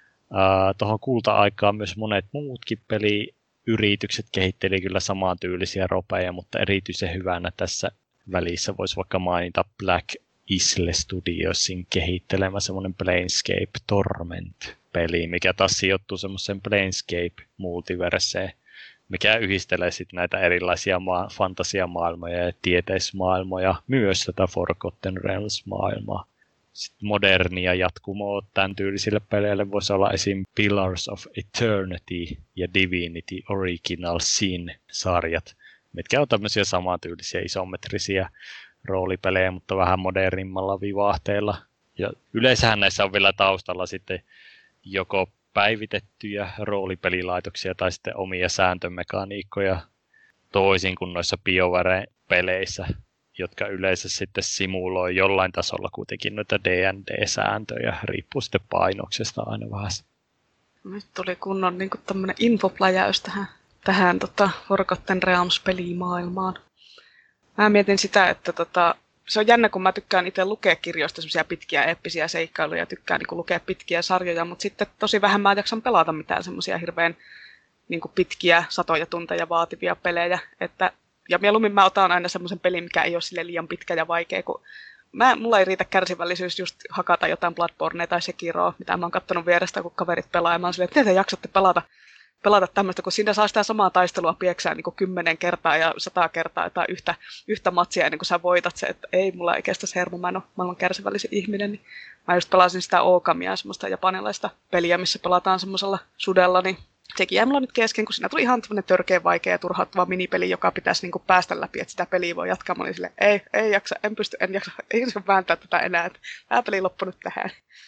Tuohon kulta-aikaan myös monet muutkin peliyritykset kehitteli kyllä samantyylisiä ropeja, mutta erityisen hyvänä tässä välissä voisi vaikka mainita Black Isle Studiosin kehittelemä semmoinen Planescape Torment-peli, mikä taas sijoittuu semmoisen Planescape-multiverseen, mikä yhdistelee sitten näitä erilaisia fantasiamaailmoja ja tieteismaailmoja, myös tätä Forgotten Realms-maailmaa. Sitten modernia jatkumoa tämän tyylisille peleille voisi olla esim. Pillars of Eternity ja Divinity Original Sin-sarjat, mitkä on tämmöisiä samantyylisiä isometrisiä roolipelejä, mutta vähän modernimmalla vivahteella. Ja yleensähän näissä on vielä taustalla sitten joko päivitettyjä roolipelilaitoksia tai sitten omia sääntömekaniikkoja, toisin kuin noissa BioWare-peleissä, jotka yleensä sitten simuloi jollain tasolla kuitenkin noita D&D-sääntöjä, riippuu sitten painoksesta aina vähän. Nyt tuli kunnon niin tämmöinen infopläjäys tähän Forgotten Realms-pelimaailmaan. Mä mietin sitä, että se on jännä, kun mä tykkään itse lukea kirjoista semmoisia pitkiä eeppisiä seikkailuja, tykkään niin lukea pitkiä sarjoja, mutta sitten tosi vähän mä jaksan pelata mitään semmoisia hirveän niin pitkiä, satoja tunteja vaativia pelejä. Ja mieluummin mä otan aina semmoisen pelin, mikä ei ole sille liian pitkä ja vaikea, kun mulla ei riitä kärsivällisyys just hakata jotain Bloodbornea tai Sekiroa, mitä mä oon kattonut vierestä, kun kaverit pelaa, ja mä oon silleen, että miten te jaksatte pelata tämmöistä, kun siinä saa sitä samaa taistelua pieksää niin 10 kertaa ja 100 kertaa tai yhtä matsia ennen kuin sä voitat se, että ei mulla ei kestä se hermo, mä en ole maailman kärsivällisin ihminen, niin mä just pelasin sitä Okamia, semmoista japanilaista peliä, missä pelataan semmoisella sudella, niin sekin jäi mulla nyt kesken, kun siinä tuli ihan tämmöinen törkeä vaikea ja turhauttava minipeli, joka pitäisi niin kuin päästä läpi, että sitä peliä voi jatkaa. Mä olin silleen, ei jaksa, en jaksa, ei se vääntää tätä enää, että tämä peli loppunut tähän.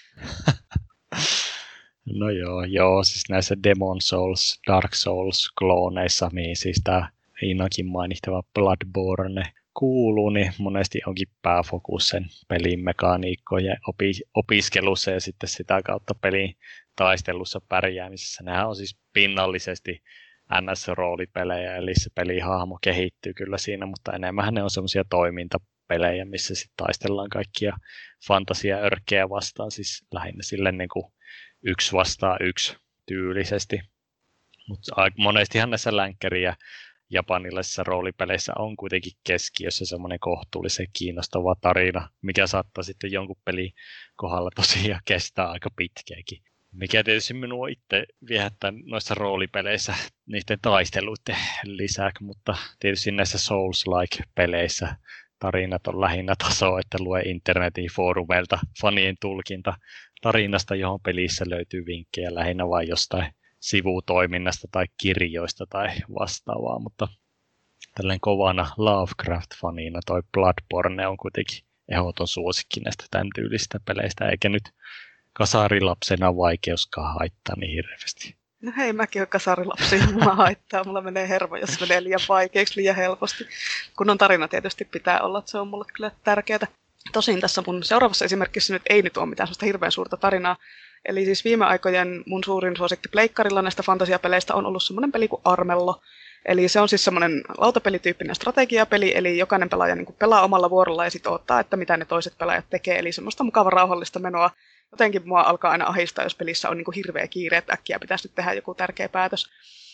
No joo, siis näissä Demon Souls, Dark Souls-klooneissa, mihin siis tämä Iinakin mainittava Bloodborne kuuluu, niin monesti onkin pääfokus sen pelin mekaniikkojen opiskelussa ja sitten sitä kautta pelin taistelussa pärjäämisessä. Nehän on siis pinnallisesti NS-roolipelejä, eli se pelihahmo kehittyy kyllä siinä, mutta enemmän ne on semmoisia toimintapelejä, missä sitten taistellaan kaikkia fantasia-örkkejä vastaan, siis lähinnä silleen niin kuin 1 vastaan 1 tyylisesti. Mutta monestihan näissä länkkäri- ja japanilaisissa roolipeleissä on kuitenkin keskiössä semmoinen kohtuullisen kiinnostava tarina, mikä saattaa sitten jonkun pelin kohdalla tosiaan kestää aika pitkäänkin. Mikä tietysti minua itse viehättää noissa roolipeleissä niiden taisteluiden lisäksi, mutta tietysti näissä Souls-like-peleissä tarinat on lähinnä tasoa, että lue internetin foorumeilta fanien tulkinta tarinasta, johon pelissä löytyy vinkkejä lähinnä vain jostain sivutoiminnasta tai kirjoista tai vastaavaa, mutta tällainen kovana Lovecraft-fanina toi Bloodborne on kuitenkin ehdoton suosikki näistä tämän tyylistä peleistä, eikä nyt kasarilapsena vaikeuskaan haittaa niin hirveästi. No hei, mäkin olen kasarilapsi, mua haittaa. Mulla menee hermo, jos menee liian vaikeaksi, liian helposti. Kun on tarina tietysti pitää olla, että se on mulle kyllä tärkeää. Tosin tässä mun seuraavassa esimerkissä nyt ei nyt ole mitään sellaista hirveän suurta tarinaa. Eli siis viime aikojen mun suurin suosikki pleikkarilla näistä fantasiapeleistä on ollut semmoinen peli kuin Armello. Eli se on siis semmoinen lautapelityyppinen strategiapeli, eli jokainen pelaaja niin kuin pelaa omalla vuorolla ja sitten odottaa, että mitä ne toiset pelaajat tekee. Eli semmoista mukava rauhallista menoa. Jotenkin mua alkaa aina ahistaa, jos pelissä on niin kuin hirveä kiire, että äkkiä pitäisi nyt tehdä joku tärkeä päätös.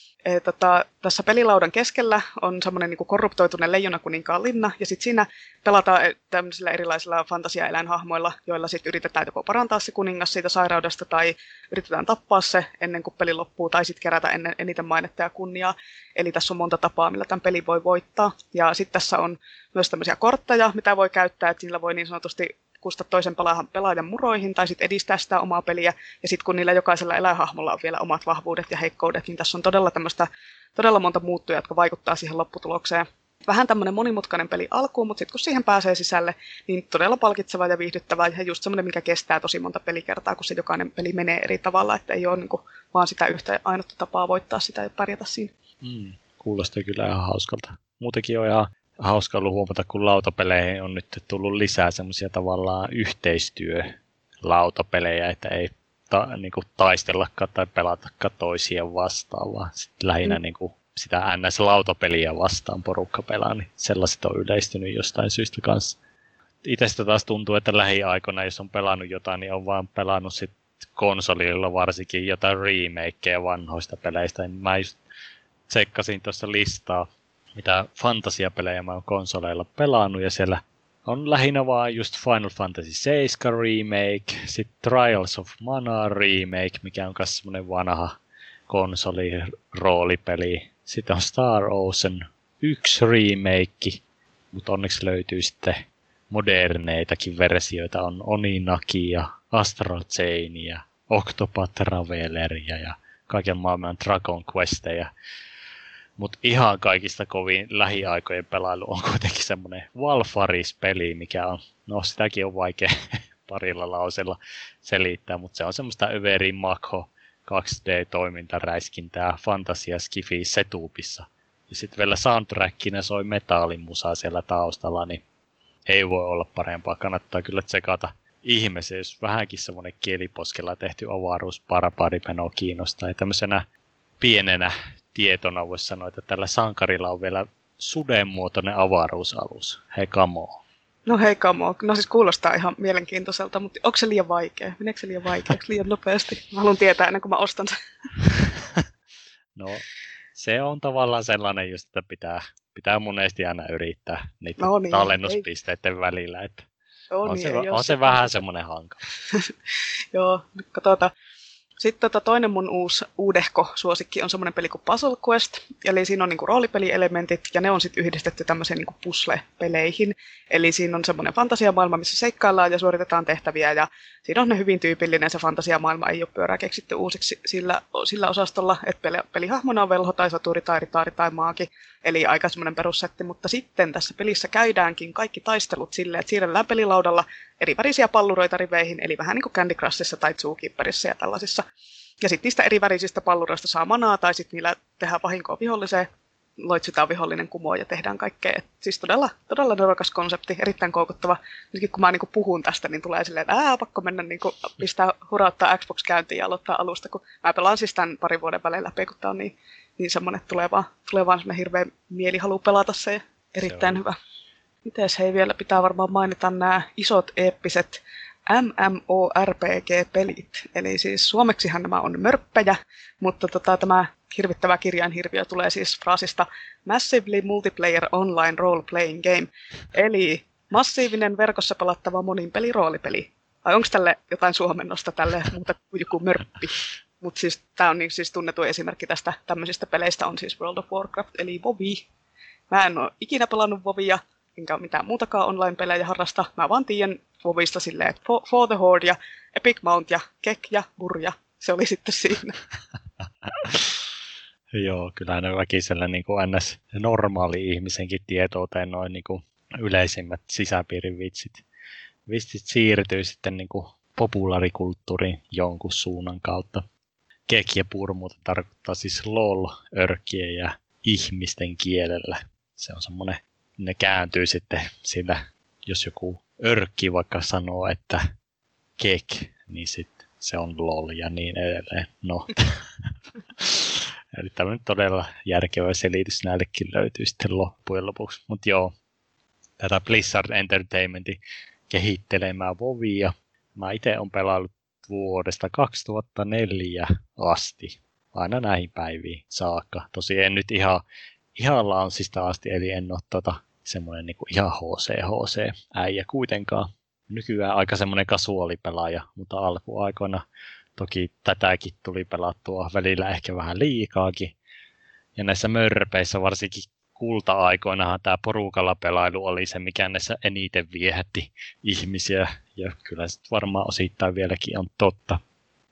Tässä pelilaudan keskellä on semmoinen niin kuin korruptoituneen leijonakuninkaan linna, ja sitten siinä pelataan tämmöisillä erilaisilla fantasiaeläinhahmoilla, joilla sitten yritetään joko parantaa se kuningas siitä sairaudesta, tai yritetään tappaa se ennen kuin peli loppuu, tai sitten kerätä eniten mainetta ja kunniaa. Eli tässä on monta tapaa, millä tämän peli voi voittaa. Ja sitten tässä on myös tämmöisiä kortteja, mitä voi käyttää, että niillä voi niin sanotusti kustaa toisen pelaajan muroihin tai sitten edistää sitä omaa peliä. Ja sitten kun niillä jokaisella eläinhahmolla on vielä omat vahvuudet ja heikkoudet, niin tässä on todella monta muuttujaa, jotka vaikuttaa siihen lopputulokseen. Vähän tämmöinen monimutkainen peli alkuun, mutta sitten kun siihen pääsee sisälle, niin todella palkitseva ja viihdyttävä ja just semmoinen, mikä kestää tosi monta pelikertaa, kun se jokainen peli menee eri tavalla, että ei ole niin kuin vaan sitä yhtä ainutta tapaa voittaa sitä ja pärjätä siinä. Kuulostaa kyllä ihan hauskalta. Muutenkin on ihan hauska ollut huomata, kun lautapeleihin on nyt tullut lisää semmoisia tavallaan yhteistyölautapelejä, että ei niinku taistellakaan tai pelatakaan toisia vastaan, vaan lähinnä niinku sitä NS-lautapeliä vastaan porukka pelaa, niin sellaiset on yleistynyt jostain syystä kanssa. Itsestä taas tuntuu, että lähiaikoina, jos on pelannut jotain, niin on vaan pelannut sit konsolilla varsinkin jotain remakeja vanhoista peleistä. Mä just tsekkasin tuossa listaa, mitä fantasiapelejä mä oon konsoleilla pelannut, ja siellä on lähinnä vaan just Final Fantasy 7 remake, sitten Trials of Mana remake, mikä on myös semmonen vanha konsoli-roolipeli. Sitten on Star Ocean 1 remake, mutta onneksi löytyy sitten moderneitakin versioita. On Oninaki ja Astral Chain ja Octopath Traveleria ja kaiken maailman Dragon Questeja. Mutta ihan kaikista kovin lähiaikojen pelailu on kuitenkin semmoinen Valfaris-peli, mikä on, no sitäkin on vaikea parilla lausella selittää, mutta se on semmoista Överin Makho 2D-toimintaräiskintää Fantasia Skifi Setupissa. Ja sitten vielä soundtrackina soi metallimusaa siellä taustalla, niin ei voi olla parempaa. Kannattaa kyllä tsekata ihmeessä, jos vähänkin semmoinen kieliposkella tehty avaruusparapadipeno kiinnostaa. Ja tämmöisenä pienenä tietona voisi sanoa, että tällä sankarilla on vielä sudenmuotoinen avaruusalus. Hei kamo. No hei kamo. No siis kuulostaa ihan mielenkiintoiselta, mutta onko se liian vaikea? Meneekö se liian vaikeaksi liian nopeasti? Mä haluan tietää ennen kuin mä ostan sen. No se on tavallaan sellainen just, että pitää monesti aina yrittää niitä tallennuspisteiden välillä. Että on se vähän semmoinen hankala. Joo, katsotaan. Sitten toinen mun uudehko suosikki on semmoinen peli kuin Puzzle Quest, eli siinä on niinku roolipelielementit, ja ne on sitten yhdistetty tämmöiseen niinku puzzle-peleihin. Eli siinä on semmoinen fantasiamaailma, missä seikkaillaan ja suoritetaan tehtäviä, ja siinä on ne hyvin tyypillinen, se fantasiamaailma ei ole pyörää keksitty uusiksi sillä osastolla, että pelihahmona on velho tai saturi tai ritaari tai maagi, eli aika semmoinen perussetti, mutta sitten tässä pelissä käydäänkin kaikki taistelut silleen, että siirrellään pelilaudalla eri värisiä palluroita riveihin, eli vähän niin kuin Candy Crushissa tai Zookeeperissa ja tällaisissa. Ja sitten niistä eri värisistä palluroista saa manaa, tai sitten niillä tehdään vahinkoa viholliseen, loitsitaan vihollinen kumoon ja tehdään kaikkea. Et siis todella nerokas konsepti, erittäin koukuttava. Nytkin kun mä niinku puhun tästä, niin tulee silleen, että pakko mennä niinku, pistää hurauttaa Xbox käyntiin ja aloittaa alusta. Kun mä pelaan siis tämän parin vuoden välein läpi, kun tää on niin semmoinen, että tulee vaan semmoinen hirveä mielihalu pelata se ja erittäin hyvä. Mites hei, vielä pitää varmaan mainita nämä isot eeppiset MMORPG-pelit. Eli siis suomeksihan nämä on mörppejä, mutta tämä hirvittävä kirjainhirviö tulee siis fraasista Massively Multiplayer Online Role-Playing Game, eli massiivinen verkossa pelattava monin peli roolipeli. Vai onko tälle jotain suomennosta tälle muuta kuin joku mörppi? Mutta siis tämä on niin, siis tunnettu esimerkki tästä tämmöisistä peleistä on siis World of Warcraft, eli WoW. Mä en ole ikinä pelannut WoWia, enkä ole mitään muutakaan online-pelejä harrasta. Mä vaan tiedän WoWista silleen, että For the Horde ja Epic Mount ja Kek ja Burja. Se oli sitten siinä. Joo, kyllä ne väkisellä niin kuin ns. Normaali ihmisenkin tietouteen noin niin kuin yleisimmät sisäpiirin vitsit. Vitsit siirtyy sitten niin kuin populaarikulttuuriin jonkun suunnan kautta. Kek ja purmuta tarkoittaa siis lol-örkkien ja ihmisten kielellä. Se on semmoinen, ne kääntyy sitten sillä, jos joku örkki vaikka sanoo, että kek, niin sitten se on lol ja niin edelleen. No. Eli tämmöinen todella järkevä selitys näillekin löytyy sitten loppujen lopuksi. Mutta joo, tätä Blizzard Entertainmentin kehittelemää WoWia. Mä itse olen pelaillut vuodesta 2004 asti, aina näihin päiviin saakka. Tosi en nyt ihan launsista asti, eli en ole semmoinen niinku ihan HC-äijä kuitenkaan. Nykyään aika semmoinen kasuaalipelaaja, mutta alkuaikoina toki tätäkin tuli pelattua välillä ehkä vähän liikaakin. Ja näissä mörpeissä varsinkin kulta-aikoinahan tämä porukalla pelailu oli se, mikä näissä eniten viehätti ihmisiä. Ja kyllä se varmaan osittain vieläkin on totta.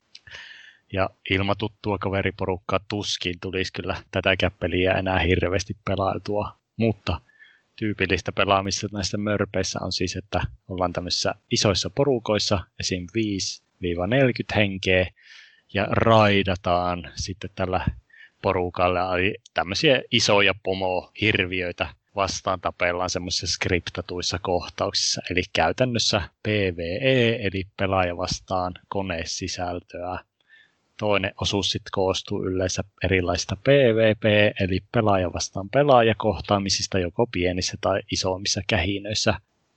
Ja ilman tuttua kaveriporukkaa tuskin tulisi kyllä tätäkään peliä enää hirveästi pelailtua. Mutta tyypillistä pelaamista näissä mörpeissä on siis, että ollaan tämmöisissä isoissa porukoissa, esim. 5-40 henkeä, ja raidataan sitten tällä porukalla, eli tämmöisiä isoja pomohirviöitä vastaan tapellaan semmoisissa skriptatuissa kohtauksissa, eli käytännössä PvE, eli pelaaja vastaan konesisältöä. Toinen osuus sitten koostuu yleensä erilaisista PvP, eli pelaaja vastaan pelaajakohtaamisista joko pienissä tai isommissa kähinöissä.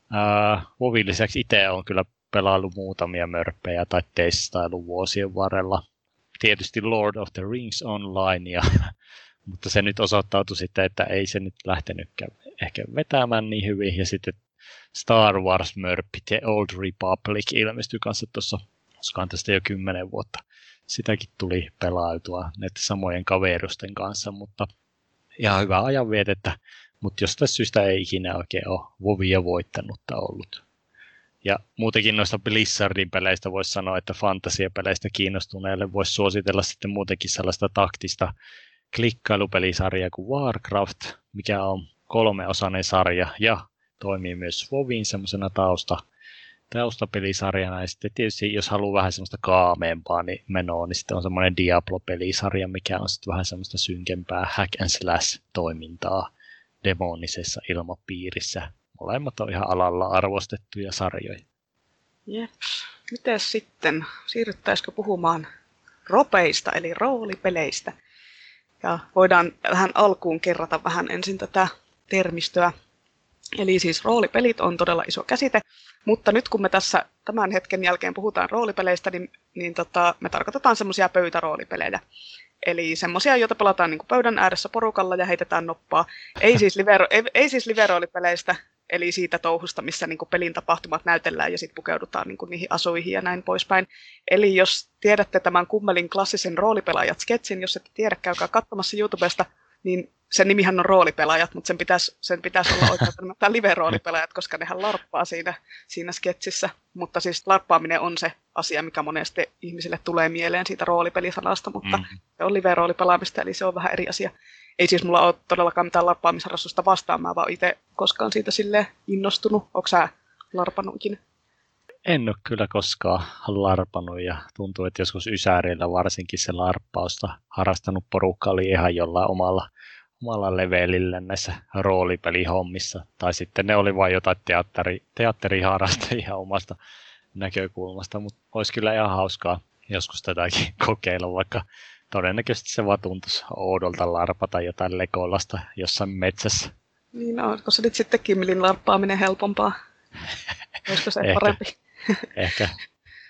WoWin lisäksi itse olen kyllä pelaillut muutamia mörppejä tai testailu vuosien varrella. Tietysti Lord of the Rings Online, mutta se nyt osoittautui sitten, että ei se nyt lähtenytkään ehkä vetämään niin hyvin. Ja sitten Star Wars mörppi, The Old Republic ilmestyi kanssa tuossa, olisikohan tästä jo 10 vuotta. Sitäkin tuli pelailtua näiden samojen kaverusten kanssa, mutta ihan hyvää ajanvietettä. Mutta jostain syystä ei ikinä oikein ole WoWia voittanutta ollut. Ja muutenkin noista Blizzardin peleistä voisi sanoa, että fantasiapeleistä kiinnostuneille voisi suositella sitten muutenkin sellaista taktista klikkailupelisarjaa kuin Warcraft, mikä on 3-osainen sarja ja toimii myös WoWin semmoisena taustapelisarjana. Ja sitten tietysti jos haluaa vähän semmoista kaameempaa niin menoa, niin sitten on semmoinen Diablo-pelisarja, mikä on sitten vähän semmoista synkempää hack and slash toimintaa demonisessa ilmapiirissä. Molemmat on ihan alalla arvostettuja sarjoja. Jep. Mites sitten? Siirryttäisikö puhumaan ropeista, eli roolipeleistä? Ja voidaan vähän alkuun kerrata vähän ensin tätä termistöä. Eli siis roolipelit on todella iso käsite, mutta nyt kun me tässä tämän hetken jälkeen puhutaan roolipeleistä, niin me tarkoitetaan semmoisia pöytäroolipelejä. Eli semmoisia, joita pelataan niin kuin pöydän ääressä porukalla ja heitetään noppaa. Ei siis live-roolipeleistä, eli siitä touhusta, missä niin kuin pelin tapahtumat näytellään ja sitten pukeudutaan niin kuin niihin asuihin ja näin poispäin. Eli jos tiedätte tämän Kummelin klassisen roolipelaajat-sketsin, jos ette tiedä, käykää katsomassa YouTubesta, niin sen nimihän on roolipelaajat, mutta sen pitäisi olla oikeastaan live-roolipelaajat, koska nehän larppaa siinä sketsissä. Mutta siis larppaaminen on se asia, mikä monesti ihmisille tulee mieleen siitä roolipelisanasta, mutta se on live-roolipelaamista, eli se on vähän eri asia. Ei siis mulla ole todellakaan mitään larppaamisharrastusta vastaan, mä vaan itse koskaan siitä silleen innostunut. Onko sä larpannut ikinä? En ole kyllä koskaan larpannut ja tuntuu, että joskus Ysärillä varsinkin se larppausta harrastanut porukka oli ihan jollain omalla levelillä näissä roolipelihommissa. Tai sitten ne oli vain jotain teatteriharrastajia omasta näkökulmasta, mutta olisi kyllä ihan hauskaa joskus tätäkin kokeilla, vaikka todennäköisesti se vaan tuntuisi oudolta larpata jotain lekolasta jossain metsässä. Niin, no, onko se nyt sitten Kimmelin larppaaminen helpompaa? Olisiko se parempi? Ehkä.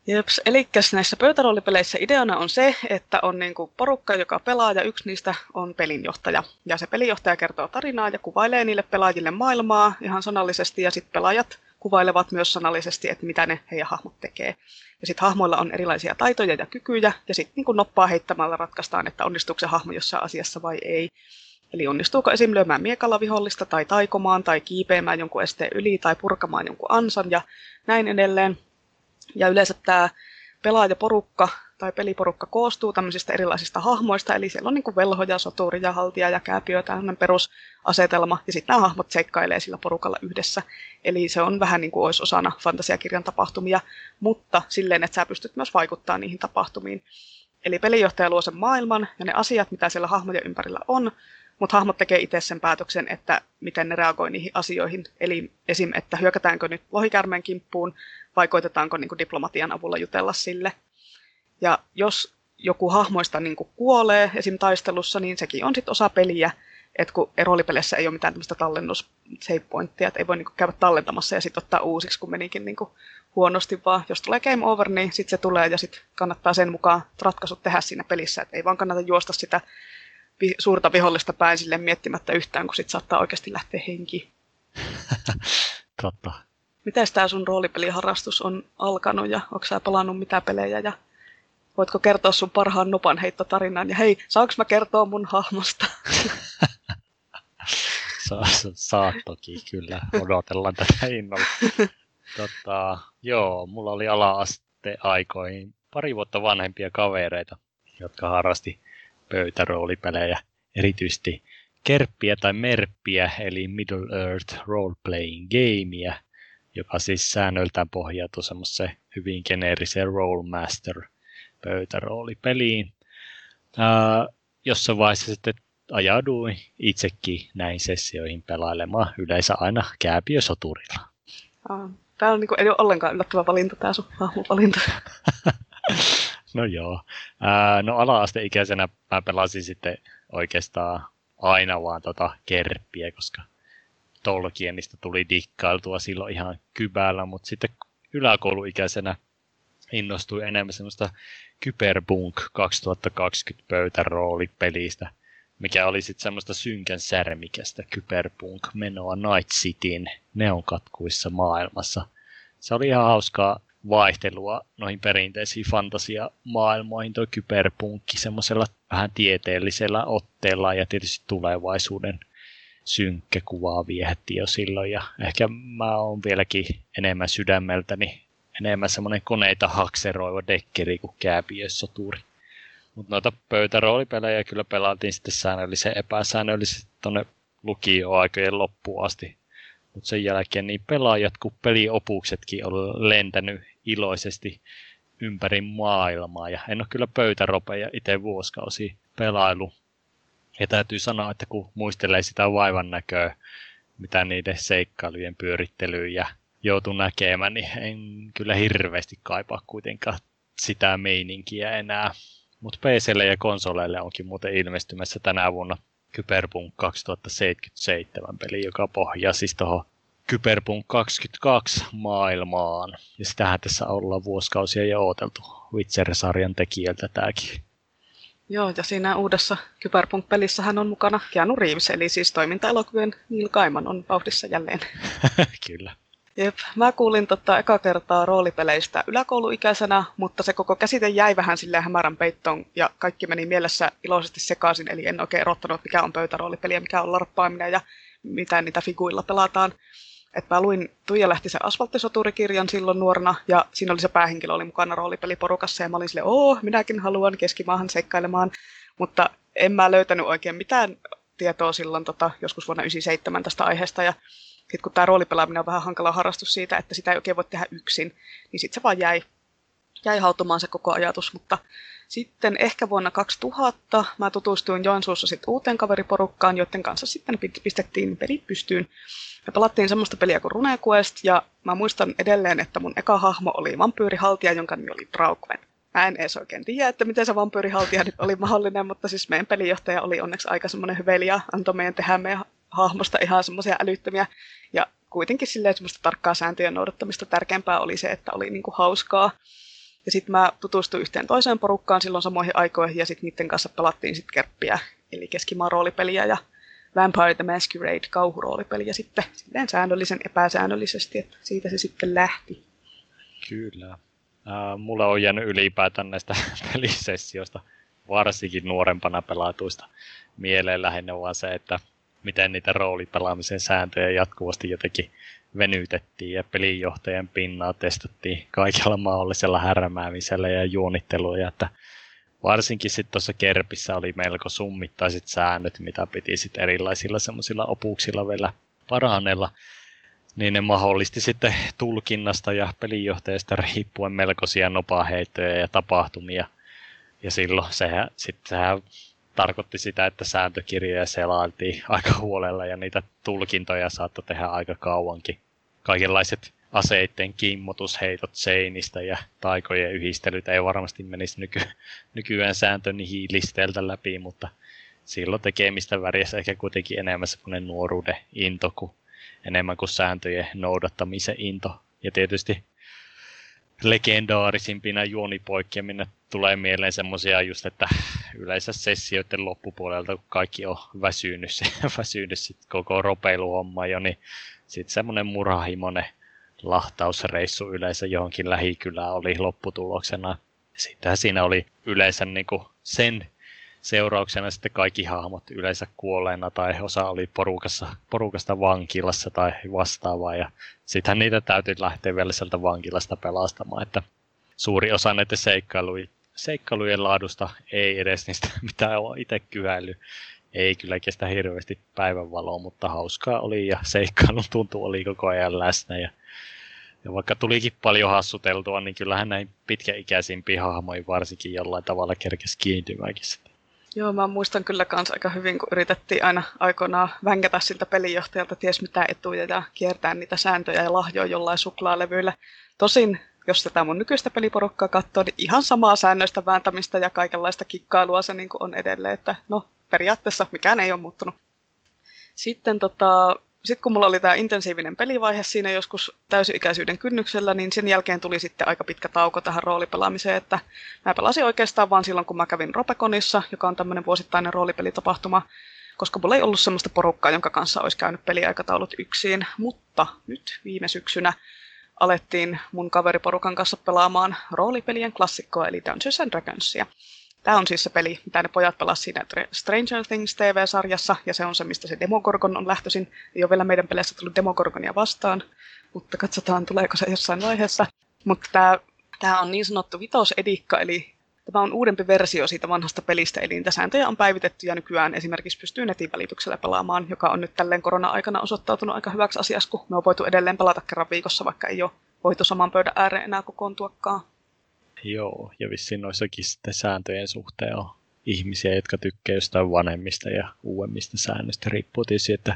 Jeps, elikkäs näissä pöytäroolipeleissä ideana on se, että on niinku porukka, joka pelaa ja yksi niistä on pelinjohtaja. Ja se pelinjohtaja kertoo tarinaa ja kuvailee niille pelaajille maailmaa ihan sanallisesti ja sitten pelaajat kuvailevat myös sanallisesti, että mitä ne heidän hahmot tekee. Ja sitten hahmoilla on erilaisia taitoja ja kykyjä ja sitten niinku noppaa heittämällä ratkaistaan, että onnistuuko se hahmo jossain asiassa vai ei. Eli onnistuuko esim. Lyömään miekalla vihollista tai taikomaan tai kiipeämään jonkun esteen yli tai purkamaan jonkun ansan ja näin edelleen. Ja yleensä tämä pelaajaporukka tai peliporukka koostuu tämmöisistä erilaisista hahmoista, eli siellä on niin kuin velhoja, soturi ja haltija ja kääpiö, tämmöinen perusasetelma, ja sitten nämä hahmot seikkailee sillä porukalla yhdessä. Eli se on vähän niin kuin olisi osana fantasiakirjan tapahtumia, mutta silleen, että sä pystyt myös vaikuttamaan niihin tapahtumiin. Eli pelinjohtaja luo sen maailman ja ne asiat, mitä siellä hahmojen ympärillä on, mutta hahmot tekee itse sen päätöksen, että miten ne reagoi niihin asioihin. Eli esim. Että hyökätäänkö nyt lohikäärmeen kimppuun vai koitetaanko niin kuin diplomatian avulla jutella sille. Ja jos joku hahmoista niin kuin kuolee esim. Taistelussa, niin sekin on sitten osa peliä. Että kun roolipeleissä ei ole mitään tämmöistä tallennus save pointtia, että ei voi niin kuin käydä tallentamassa ja sitten ottaa uusiksi, kun menikin niin kuin huonosti, vaan jos tulee game over, niin sitten se tulee ja sitten kannattaa sen mukaan ratkaisut tehdä siinä pelissä. Että ei vaan kannata juosta sitä suurta vihollista päin silleen miettimättä yhtään, kun sit saattaa oikeasti lähteä henkiin. Totta. Mites tää sun roolipeliharrastus on alkanut ja onko sä pelannut mitä pelejä ja voitko kertoa sun parhaan nopanheittotarinan ja hei, saanko mä kertoa mun hahmosta? Saat toki kyllä, odotellaan tätä innolla. Joo, mulla oli ala-asteaikoihin 2 vuotta vanhempia kavereita, jotka harrasti pöytäroolipelejä, erityisesti Kerppiä tai Merppiä, eli Middle Earth Role Playing Gamea, joka siis säännöltään pohjautuu semmoiseen hyvin geneeriseen Rollmaster-pöytäroolipeliin. Jossain vaiheessa sitten ajauduin itsekin näihin sessioihin pelailemaan, yleensä aina kääpiösoturilla. Tämä on ei ole ollenkaan yllättävä valinta, tämä sun hahmovalinta. No joo. No ala-asteikäisenä mä pelasin sitten oikeastaan aina vaan Kerppiä, koska Tolkienista tuli dikkailtua silloin ihan kybällä, mutta sitten yläkouluikäisenä innostuin enemmän semmoista Cyberpunk 2020 pöytäroolipelistä, mikä oli sitten semmoista synkän särmikästä Cyberpunk-menoa Night Cityn neonkatkuissa maailmassa. Se oli ihan hauskaa vaihtelua noihin perinteisiin fantasiamaailmoihin, tuo Cyberpunkki semmoisella vähän tieteellisellä otteella ja tietysti tulevaisuuden synkkä kuvaa viehätti jo silloin. Ja ehkä mä oon vieläkin enemmän sydämeltäni enemmän semmoinen koneita hakseroiva dekkeri kuin kääpiössoturi. Mutta noita pöytäroolipelejä kyllä pelattiin sitten säännöllisen epäsäännöllisesti tuonne lukio-aikojen loppuun asti. Mutta sen jälkeen niin pelaajat kuin peliopuksetkin on lentänyt iloisesti ympäri maailmaa. Ja en ole kyllä pöytäropeja itse vuosikausia pelailu. Ja täytyy sanoa, että kun muistelee sitä vaivan näköä, mitä niiden seikkailujen pyörittelyyn ja joutuu näkemään, niin en kyllä hirveästi kaipaa kuitenkaan sitä meininkiä enää. Mutta PC:lle ja konsoleille onkin muuten ilmestymässä tänä vuonna Cyberpunk 2077 peli, joka pohjaa siis tuohon Cyberpunk 22 maailmaan. Ja sitähän tässä ollaan vuosikausia jo odoteltu Witcher-sarjan tekijältä tämäkin. Joo, ja siinä uudessa Cyberpunk-pelissähän on mukana Keanu Reeves, eli siis toiminta-elokuvien Neil Gaiman on vauhdissa jälleen. Kyllä. Jep, mä kuulin eka kertaa roolipeleistä yläkouluikäisenä, mutta se koko käsite jäi vähän silleen hämärän peittoon ja kaikki meni mielessä iloisesti sekaisin, eli en oikein erottanut, mikä on pöytäroolipeli ja mikä on larppaaminen ja mitä niitä figuilla pelataan. Et mä luin Tuija Lehtisen Asfalttisoturikirjan silloin nuorena ja siinä oli se päähenkilö oli mukana roolipeliporukassa ja mä olin silleen, minäkin haluan keskimaahan seikkailemaan, mutta en mä löytänyt oikein mitään tietoa silloin joskus vuonna 1997 tästä aiheesta ja sitten kun tämä roolipelaaminen on vähän hankala harrastus siitä, että sitä ei oikein voi tehdä yksin, niin sitten se vaan jäi hautumaan se koko ajatus. Mutta sitten ehkä vuonna 2000 mä tutustuin Joensuussa sitten uuteen kaveriporukkaan, joiden kanssa sitten pistettiin pelit pystyyn. Me pelattiin semmoista peliä kuin RuneQuest, ja mä muistan edelleen, että mun eka hahmo oli vampyyrihaltija, jonka nimi oli Draugwen. Mä en edes oikein tiedä, että miten se vampyyrihaltija nyt oli mahdollinen, mutta siis meidän pelijohtaja oli onneksi aika semmoinen hyveli ja antoi meidän tehdä meidän hahmosta ihan semmoisia älyttömiä ja kuitenkin silleen semmoista tarkkaa sääntöjen noudattamista tärkeämpää oli se, että oli niinku hauskaa. Ja sitten mä tutustuin yhteen toiseen porukkaan silloin samoihin aikoihin, ja sitten niiden kanssa pelattiin sitten Kerppiä, eli keskimaan roolipeliä, ja Vampire the Masquerade kauhuroolipeliä sitten silleen säännöllisen epäsäännöllisesti, että siitä se sitten lähti. Kyllä. Mulla on jäänyt ylipäätään näistä pelisessioista, varsinkin nuorempana pelatuista, mieleen lähinnä vaan se, että miten niitä roolipelaamisen sääntöjä jatkuvasti jotenkin venytettiin ja pelinjohtajan pinnaa testattiin kaikella mahdollisella härmäämisellä ja juonitteluja, että varsinkin sitten tuossa Kerpissä oli melko summittaiset säännöt, mitä piti sitten erilaisilla semmoisilla opuksilla vielä parannella, niin ne mahdollisti sitten tulkinnasta ja pelinjohtajasta riippuen melkoisia nopaheittoja ja tapahtumia. Ja silloin sehän tarkoitti sitä, että sääntökirjoja selailtiin aika huolella ja niitä tulkintoja saattoi tehdä aika kauankin. Kaikenlaiset aseitten kimmotusheitot seinistä ja taikojen yhdistelyt ei varmasti menisi nykyään sääntönihilisteeltä läpi, mutta silloin tekemistä värjäsi ehkä kuitenkin enemmän semmoinen nuoruuden into kuin enemmän kuin sääntöjen noudattamisen into. Ja tietysti legendaarisimpina juonipoikkeamina tulee mieleen semmoisia just, että yleensä sessioiden loppupuolelta, kun kaikki on väsynyt sit koko ropeiluhomma jo, niin sitten semmoinen murahimoinen lahtausreissu yleensä johonkin lähikylään oli lopputuloksena. Sittenhän siinä oli yleensä niinku sen seurauksena sitten kaikki hahmot yleensä kuolleena tai osa oli porukasta vankilassa tai vastaavaa. Ja sittenhän niitä täytyy lähteä vielä sieltä vankilasta pelastamaan, että suuri osa näiden seikkailujen laadusta ei edes niistä mitään ole itse kyhäillyt. Ei kyllä kestä hirveästi päivänvaloa, mutta hauskaa oli ja seikkailun tuntu oli koko ajan läsnä. Ja vaikka tulikin paljon hassuteltua, niin kyllähän näin pitkäikäisimpiin hahmoihin varsinkin jollain tavalla kerkesi kiintymäänkin. Joo, mä muistan kyllä kans aika hyvin, kun yritettiin aina aikoinaan vängätä siltä pelinjohtajalta ties mitä etuja ja kiertää niitä sääntöjä ja lahjoa jollain suklaalevyillä. Tosin, jos tätä mun nykyistä peliporukkaa katsoo, niin ihan samaa säännöistä vääntämistä ja kaikenlaista kikkailua se niin kuin on edelleen, että no periaatteessa mikään ei ole muuttunut. Sitten kun mulla oli tämä intensiivinen pelivaihe siinä joskus täysi-ikäisyyden kynnyksellä, niin sen jälkeen tuli sitten aika pitkä tauko tähän roolipelaamiseen, että mä pelasin oikeastaan vaan silloin, kun mä kävin Ropeconissa, joka on tämmöinen vuosittainen roolipelitapahtuma, koska mulla ei ollut semmoista porukkaa, jonka kanssa olisi käynyt peliaikataulut yksin, mutta nyt viime syksynä alettiin mun kaveriporukan kanssa pelaamaan roolipelien klassikkoa, eli Dungeons and Dragonsia. Tämä on siis se peli, mitä ne pojat pelasivat siinä Stranger Things TV-sarjassa, ja se on se, mistä se Demogorgon on lähtöisin. Ei ole vielä meidän peleissä tullut Demogorgonia vastaan, mutta katsotaan, tuleeko se jossain vaiheessa. Mutta tämä on niin sanottu vitosedikka, eli tämä on uudempi versio siitä vanhasta pelistä, eli niitä sääntöjä on päivitetty, ja nykyään esimerkiksi pystyy netin välityksellä pelaamaan, joka on nyt tälleen korona-aikana osoittautunut aika hyväksi asiaksi, kun me on voitu edelleen pelata kerran viikossa, vaikka ei ole voitu saman pöydän ääreen enää kokoontuakaan. Joo, ja vissiin noissakin sitten sääntöjen suhteen on ihmisiä, jotka tykkää jostain vanhemmista ja uudemmista säännöistä. Riippuu tietysti, että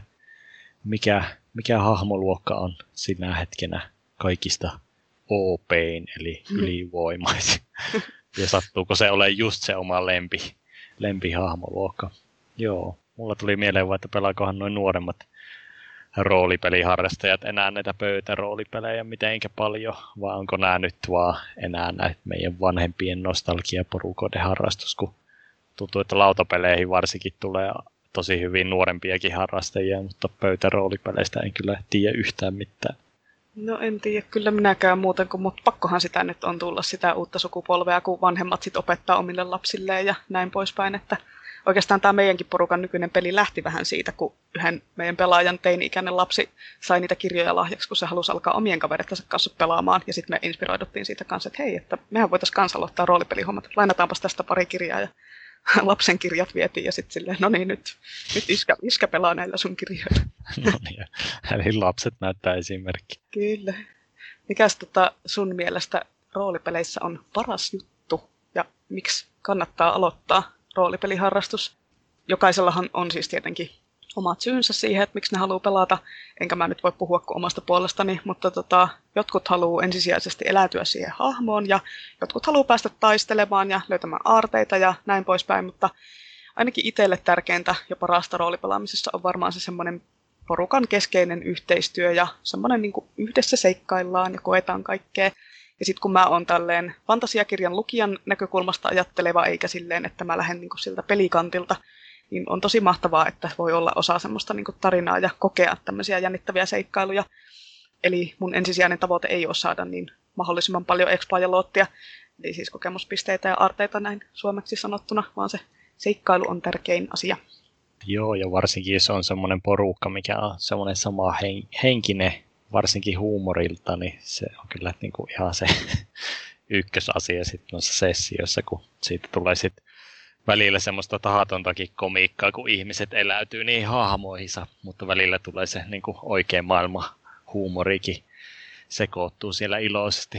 mikä hahmoluokka on sinä hetkenä kaikista OP:in, eli ylivoimaisin. Ja sattuuko se ole just se oma lempihahmoluokka. Joo, mulla tuli mieleen vaan, että pelaakohan noin nuoremmat roolipeliharrastajat enää näitä pöytäroolipelejä mitenkä paljon, vai onko nämä nyt vaan enää näitä meidän vanhempien nostalgiaporukoiden harrastus, kun tuntuu, että lautapeleihin varsinkin tulee tosi hyvin nuorempiakin harrastajia, mutta pöytäroolipeleistä en kyllä tiedä yhtään mitään. No en tiedä kyllä minäkään muuten, mutta pakkohan sitä nyt on tulla sitä uutta sukupolvea, kun vanhemmat sit opettaa omille lapsilleen ja näin poispäin, että oikeastaan tämä meidänkin porukan nykyinen peli lähti vähän siitä, kun yhden meidän pelaajan teini-ikäinen lapsi sai niitä kirjoja lahjaksi, kun se halusi alkaa omien kaverittansa kanssa pelaamaan. Ja sitten me inspiroiduttiin siitä kanssa, että hei, että mehän voitaisiin kanssa aloittaa roolipelihommat. Lainataanpas tästä pari kirjaa ja lapsen kirjat vietiin ja sitten silleen, no niin, nyt iskä pelaa näillä sun kirjoilla. No niin, eli lapset näyttää esimerkki. Kyllä. Mikäs sun mielestä roolipeleissä on paras juttu ja miksi kannattaa aloittaa roolipeliharrastus? Jokaisellahan on siis tietenkin omat syynsä siihen, että miksi ne haluaa pelata. Enkä mä nyt voi puhua kuin omasta puolestani, mutta jotkut haluaa ensisijaisesti eläytyä siihen hahmoon ja jotkut haluaa päästä taistelemaan ja löytämään aarteita ja näin poispäin, mutta ainakin itselle tärkeintä ja parasta roolipelaamisessa on varmaan se semmoinen porukan keskeinen yhteistyö ja semmoinen niin kuin yhdessä seikkaillaan ja koetaan kaikkea. Ja sitten kun mä oon tälleen fantasiakirjan lukijan näkökulmasta ajatteleva, eikä silleen, että mä lähden niinku siltä pelikantilta, niin on tosi mahtavaa, että voi olla osa semmoista niinku tarinaa ja kokea tämmöisiä jännittäviä seikkailuja. Eli mun ensisijainen tavoite ei ole saada niin mahdollisimman paljon expaa ja loottia, eli siis kokemuspisteitä ja aarteita näin suomeksi sanottuna, vaan se seikkailu on tärkein asia. Joo, ja varsinkin jos on semmoinen porukka, mikä on semmoinen sama henkinen, varsinkin huumorilta, niin se on kyllä niin kuin ihan se ykkösasia sitten noissa sessioissa, kun siitä tulee sitten välillä semmoista tahatontakin komiikkaa, kun ihmiset eläytyy niihin hahmoihinsa, mutta välillä tulee se niin kuin oikea maailma huumorikin sekoittuu siellä iloisesti.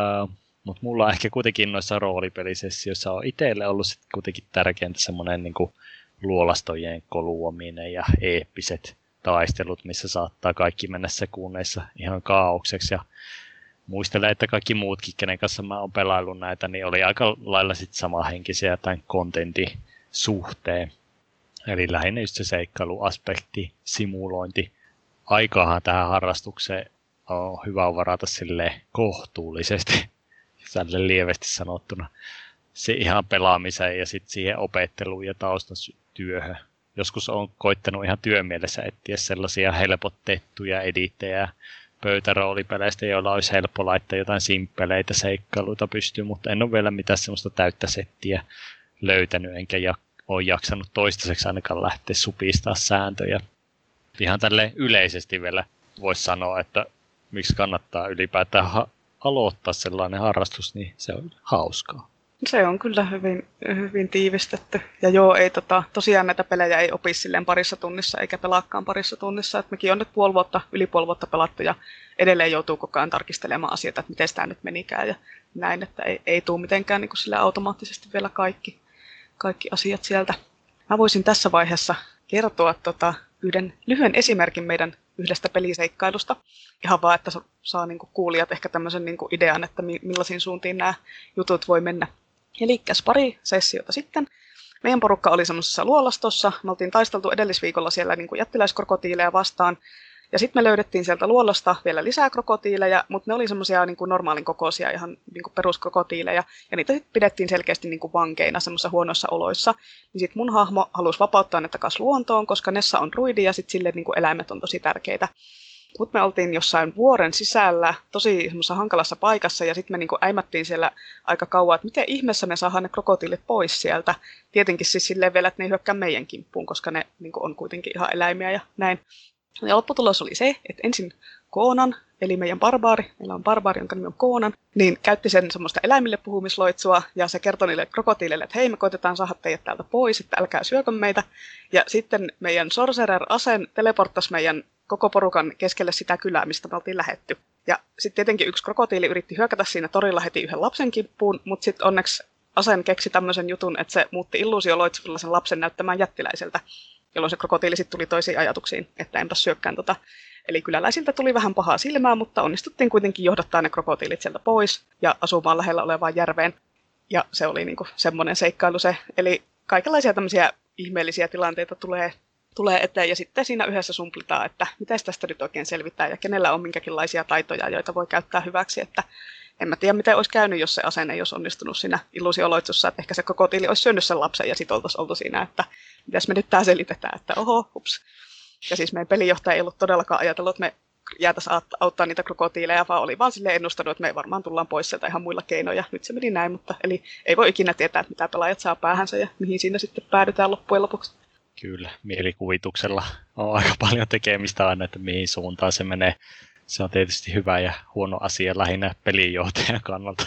Mutta mulla on ehkä kuitenkin noissa roolipelisessioissa on itselle ollut sit kuitenkin tärkeintä semmoinen niin kuin luolastojen koluaminen ja eeppiset taistelut, missä saattaa kaikki mennä sekunneissa ihan kaaokseksi. Ja muistelen, että kaikki muutkin, kenen kanssa mä oon pelaillut näitä, niin oli aika lailla sit samahenkisiä tämän kontentin suhteen. Eli lähinnä just se seikkailuaspekti, simulointi. Aikaahan tähän harrastukseen on hyvä varata silleen kohtuullisesti, tälle lievästi sanottuna. Se ihan pelaamiseen ja sitten siihen opetteluun ja taustatyöhön. Joskus on koittanut ihan työmielessä etsiä sellaisia helpotettuja edittejä pöytäroolipeleistä, joilla olisi helppo laittaa jotain simppeleitä seikkailuita pystyyn, mutta en ole vielä mitään semmoista täyttä settiä löytänyt, enkä ole jaksanut toistaiseksi ainakaan lähteä supistaa sääntöjä. Ihan tälleen yleisesti vielä voisi sanoa, että miksi kannattaa ylipäätään aloittaa sellainen harrastus, niin se on hauskaa. Se on kyllä hyvin tiivistetty. Ja joo, ei tosiaan näitä pelejä ei opi silleen parissa tunnissa eikä pelaakaan parissa tunnissa. Et mekin on nyt yli puoli vuotta pelattu ja edelleen joutuu koko ajan tarkistelemaan asioita, että miten tämä nyt menikään ja näin, että ei tule mitenkään niin kuin sille automaattisesti vielä kaikki asiat sieltä. Mä voisin tässä vaiheessa kertoa yhden lyhyen esimerkin meidän yhdestä peliseikkailusta. Ihan vaan, että saa niin kuin kuulijat ehkä tämmöisen niin kuin idean, että millaisiin suuntiin nämä jutut voi mennä. Elikkäs pari sessiota sitten. Meidän porukka oli semmoisessa luolastossa. Me oltiin taisteltu edellisviikolla siellä niin kuin jättiläiskrokotiileja vastaan. Ja sitten me löydettiin sieltä luolasta vielä lisää krokotiileja, mutta ne oli semmoisia niin kuin normaalin kokoisia, ihan niin kuin peruskrokotiileja. Ja niitä sitten pidettiin selkeästi niin kuin vankeina semmoisissa huonoissa oloissa. Niin sitten mun hahmo halusi vapauttaa ne takaisin luontoon, koska Nessa on druidi ja sitten sille niin kuin eläimet on tosi tärkeitä. Mutta me oltiin jossain vuoren sisällä tosi semmoisessa hankalassa paikassa ja sitten me niinku äimättiin siellä aika kauan, että miten ihmeessä me saadaan ne krokotiilit pois sieltä. Tietenkin siis silleen vielä, että ne ei hyökkää meidän kimppuun, koska ne niinku on kuitenkin ihan eläimiä ja näin. Ja lopputulos oli se, että ensin Koonan, eli meidän barbaari, meillä on barbaari, jonka nimi on Koonan, niin käytti sen semmoista eläimille puhumisloitsua ja se kertoi niille krokotiileille, että hei, me koitetaan saada teidät täältä pois, että älkää syökö meitä. Ja sitten meidän Sorcerer Asen teleporttasi meidän koko porukan keskelle sitä kylää, mistä me oltiin lähetty. Ja sitten tietenkin yksi krokotiili yritti hyökätä siinä torilla heti yhden lapsen kimppuun, mutta sitten onneksi Asen keksi tämmöisen jutun, että se muutti illuusioloitsulla sen lapsen näyttämään jättiläiseltä, jolloin se krokotiili sitten tuli toisiin ajatuksiin, että enpä syökkään tota. Eli kyläläisiltä tuli vähän pahaa silmää, mutta onnistuttiin kuitenkin johdattaa ne krokotiilit sieltä pois ja asumaan lähellä olevaan järveen. Ja se oli niinku semmoinen seikkailu se. Eli kaikenlaisia tämmöisiä ihmeellisiä tilanteita tulee eteen ja sitten siinä yhdessä sumplitaan, että miten tästä nyt oikein selvittää ja kenellä on minkäkinlaisia taitoja, joita voi käyttää hyväksi. Että en mä tiedä, miten olisi käynyt, jos se asenne ei olisi onnistunut siinä illuusioloitsussa, että ehkä se krokotiili olisi syönyt sen lapsen ja sitten oltaisiin oltu siinä, että mitäs me nyt tää selitetään, että oho, hups. Ja siis meidän pelijohtaja ei ollut todellakaan ajatellut, että me jäätäisiin auttaa niitä krokotiileja, vaan oli vaan silleen ennustanut, että me varmaan tullaan pois sieltä ihan muilla keinoja. Nyt se meni näin, mutta eli ei voi ikinä tietää, että mitä pelaajat saa päähänsä ja mihin siinä sitten päädytään loppujen lopuksi. Kyllä, mielikuvituksella on aika paljon tekemistä aina, että mihin suuntaan se menee. Se on tietysti hyvä ja huono asia lähinnä pelinjohtajan kannalta.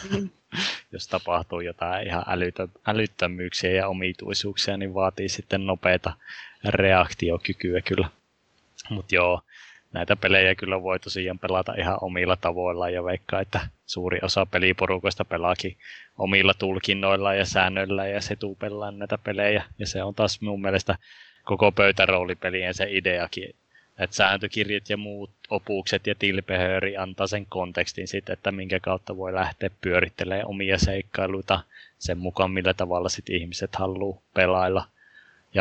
Jos tapahtuu jotain ihan älyttömyyksiä ja omituisuuksia, niin vaatii sitten nopeata reaktiokykyä kyllä. Mutta joo, näitä pelejä kyllä voi tosiaan pelata ihan omilla tavoilla ja veikkaa, että suuri osa peliporukoista pelaakin omilla tulkinnoilla ja säännöillä ja setupellaan näitä pelejä. Ja se on taas mun mielestä koko pöytäroolipelien se ideakin, että sääntökirjat ja muut opukset ja tilpehööri antaa sen kontekstin sitten, että minkä kautta voi lähteä pyörittelemään omia seikkailuita sen mukaan, millä tavalla sitten ihmiset haluaa pelailla. Ja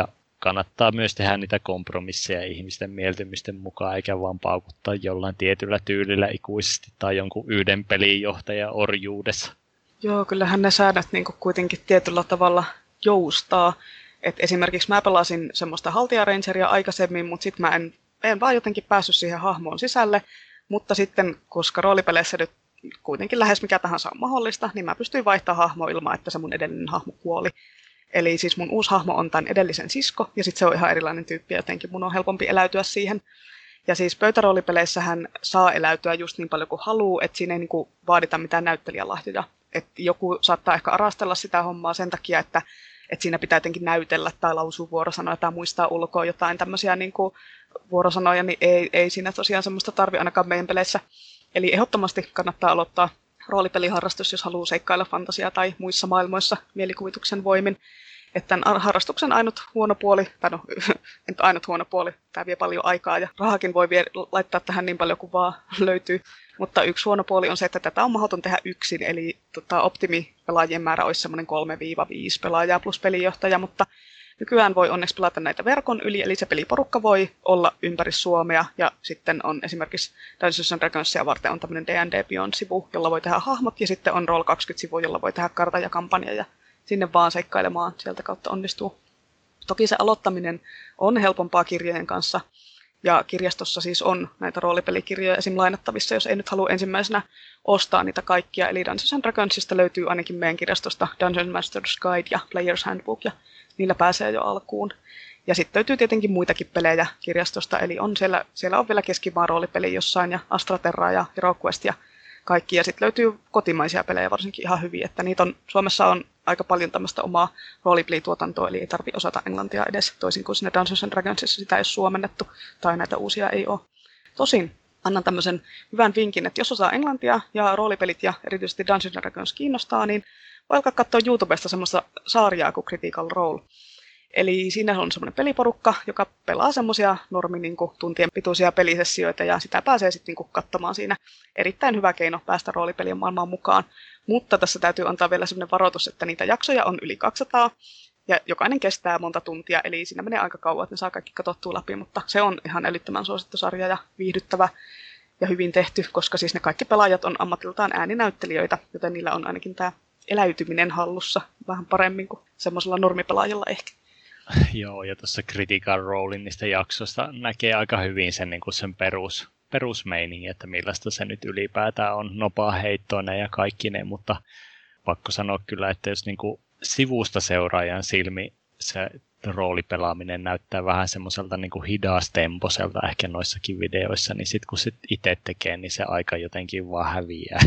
kannattaa myös tehdä niitä kompromisseja ihmisten mieltymysten mukaan, eikä vaan paukuttaa jollain tietyllä tyylillä ikuisesti tai jonkun yhden pelinjohtajan orjuudessa. Joo, kyllähän ne säännöt niin kuitenkin tietyllä tavalla joustaa. Et esimerkiksi mä pelasin semmoista haltijarangeria aikaisemmin, mutta sitten mä en vaan jotenkin päässyt siihen hahmoon sisälle. Mutta sitten, koska roolipeleissä nyt kuitenkin lähes mikä tahansa on mahdollista, niin mä pystyin vaihtamaan hahmoa ilman, että se mun edellinen hahmo kuoli. Eli siis mun uusi hahmo on tämän edellisen sisko, ja sitten se on ihan erilainen tyyppi, jotenkin mun on helpompi eläytyä siihen. Ja siis pöytäroolipeleissähän saa eläytyä just niin paljon kuin haluaa, että siinä ei niinku vaadita mitään näyttelijälahjoja. Että joku saattaa ehkä arastella sitä hommaa sen takia, että siinä pitää jotenkin näytellä tai lausua vuorosanoja tai muistaa ulkoa jotain tämmöisiä niinku vuorosanoja, niin ei siinä tosiaan semmoista tarvi ainakaan meidän peleissä. Eli ehdottomasti kannattaa aloittaa roolipeliharrastus, jos haluaa seikkailla fantasiaa tai muissa maailmoissa mielikuvituksen voimin. Että tämän harrastuksen ainut huono puoli, tai no, en ainut huono puoli, tämä vie paljon aikaa ja rahakin voi laittaa tähän niin paljon kuin vaan löytyy. Mutta yksi huono puoli on se, että tätä on mahdoton tehdä yksin, eli optimipelaajien määrä olisi semmoinen 3-5 pelaajaa plus pelijohtaja, mutta nykyään voi onneksi pelata näitä verkon yli, eli se peliporukka voi olla ympäri Suomea, ja sitten on esimerkiksi Dungeons & Dragonsia varten on tämmöinen D&D Beyond-sivu, jolla voi tehdä hahmot, ja sitten on Roll20-sivu, jolla voi tehdä kartan ja kampanja, ja sinne vaan seikkailemaan, sieltä kautta onnistuu. Toki se aloittaminen on helpompaa kirjojen kanssa, ja kirjastossa siis on näitä roolipelikirjoja esim. Lainattavissa, jos ei nyt halua ensimmäisenä ostaa niitä kaikkia. Eli Dungeons & Dragonsista löytyy ainakin meidän kirjastosta Dungeon Master's Guide ja Player's Handbook, ja niillä pääsee jo alkuun. Ja sitten löytyy tietenkin muitakin pelejä kirjastosta, eli on siellä on vielä keskimaan roolipeli jossain, ja Astraterra ja HeroQuest ja kaikki. Ja sitten löytyy kotimaisia pelejä varsinkin ihan hyviä, että Suomessa on aika paljon tämmöistä omaa rooliplay-tuotantoa, eli ei tarvitse osata englantia edes, toisin kuin sinne Dungeons & Dragonsissa sitä ei ole suomennettu, tai näitä uusia ei ole. Tosin annan tämmöisen hyvän vinkin, että jos osaa englantia ja roolipelit ja erityisesti Dungeons & Dragons kiinnostaa, niin voi alkaa katsoa YouTubesta semmoista sarjaa kuin Critical Role. Eli siinä on semmoinen peliporukka, joka pelaa semmoisia tuntien pituisia pelisessioita, ja sitä pääsee sitten katsomaan siinä. Erittäin hyvä keino päästä roolipelien maailmaan mukaan. Mutta tässä täytyy antaa vielä semmoinen varoitus, että niitä jaksoja on yli 200, ja jokainen kestää monta tuntia, eli siinä menee aika kauan, että ne saa kaikki katsottua läpi, mutta se on ihan älyttömän suosittu sarja ja viihdyttävä ja hyvin tehty, koska siis ne kaikki pelaajat on ammatiltaan ääninäyttelijöitä, joten niillä on ainakin tämä eläytyminen hallussa vähän paremmin kuin semmoisella normipelaajalla ehkä. Joo, ja tuossa Critical Rolein niistä jaksoista näkee aika hyvin sen perusmeiningin, että millaista se nyt ylipäätään on, nopea heittoinen ja kaikki ne, mutta pakko sanoa kyllä, että jos sivusta seuraajan silmi se roolipelaaminen näyttää vähän semmoiselta hidastempoiselta ehkä noissakin videoissa, niin sitten kun sit itse tekee, niin se aika jotenkin vaan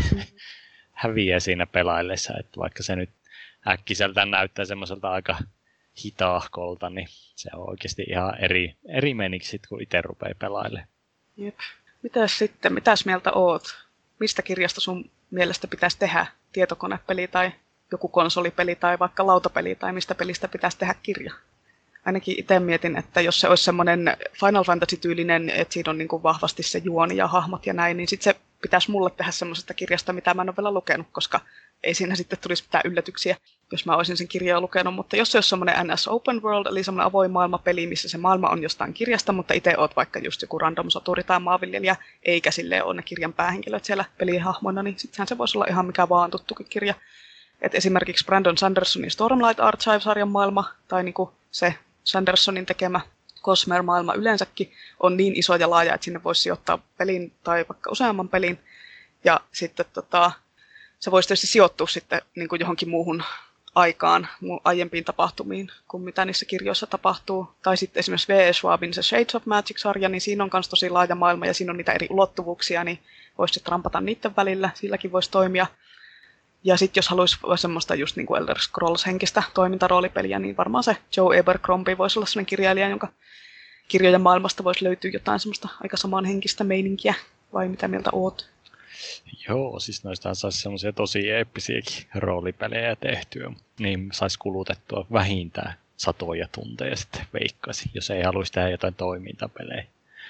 häviää siinä pelaillessa, että vaikka se nyt äkkiseltä näyttää semmoiselta aika hitaahkolta, niin se on oikeasti ihan eri meniksi, kun itse rupeaa pelailemaan. Jep. Mitäs mieltä oot? Mistä kirjasta sun mielestä pitäisi tehdä? Tietokonepeli tai joku konsolipeli tai vaikka lautapeli tai mistä pelistä pitäisi tehdä kirja? Ainakin itse mietin, että jos se olisi semmoinen Final Fantasy-tyylinen, että siinä on vahvasti se juoni ja hahmot ja näin, niin sitten se pitäisi mulle tehdä semmoisesta kirjasta, mitä mä en ole vielä lukenut, koska ei siinä sitten tulisi mitään yllätyksiä, jos mä olisin sen kirjaa lukenut. Mutta jos se olisi semmoinen NS Open World, eli semmoinen avoin maailmapeli, missä se maailma on jostain kirjasta, mutta itse oot vaikka just joku random soturi tai maanviljelijä, eikä silleen ole ne kirjan päähenkilöt siellä pelihahmoina, niin sittenhän se voisi olla ihan mikä vaan tuttukin kirja. Et esimerkiksi Brandon Sandersonin Stormlight Archive-sarjan maailma, tai se Sandersonin tekemä Cosmere-maailma yleensäkin on niin iso ja laaja, että sinne voisi sijoittaa pelin tai vaikka useamman pelin. Ja sitten se voisi tietysti sijoittua sitten johonkin muuhun aikaan, aiempiin tapahtumiin, kuin mitä niissä kirjoissa tapahtuu. Tai sitten esimerkiksi V.E. Schwabin se Shades of Magic-sarja, niin siinä on myös tosi laaja maailma ja siinä on niitä eri ulottuvuuksia, niin voisi sitten rampata niiden välillä, silläkin voisi toimia. Ja sitten jos haluaisi semmoista just Elder Scrolls-henkistä toimintaroolipeliä, niin varmaan se Joe Abercrombie voisi olla sellainen kirjailija, jonka kirjojen maailmasta voisi löytyä jotain semmoista aika samanhenkistä meininkiä, vai mitä mieltä oot? Joo, siis noistahan saisi semmoisia tosi eeppisiäkin roolipelejä tehtyä, niin saisi kulutettua vähintään satoja tunteja sitten veikkaisin, jos ei haluaisi tehdä jotain toimintapelejä.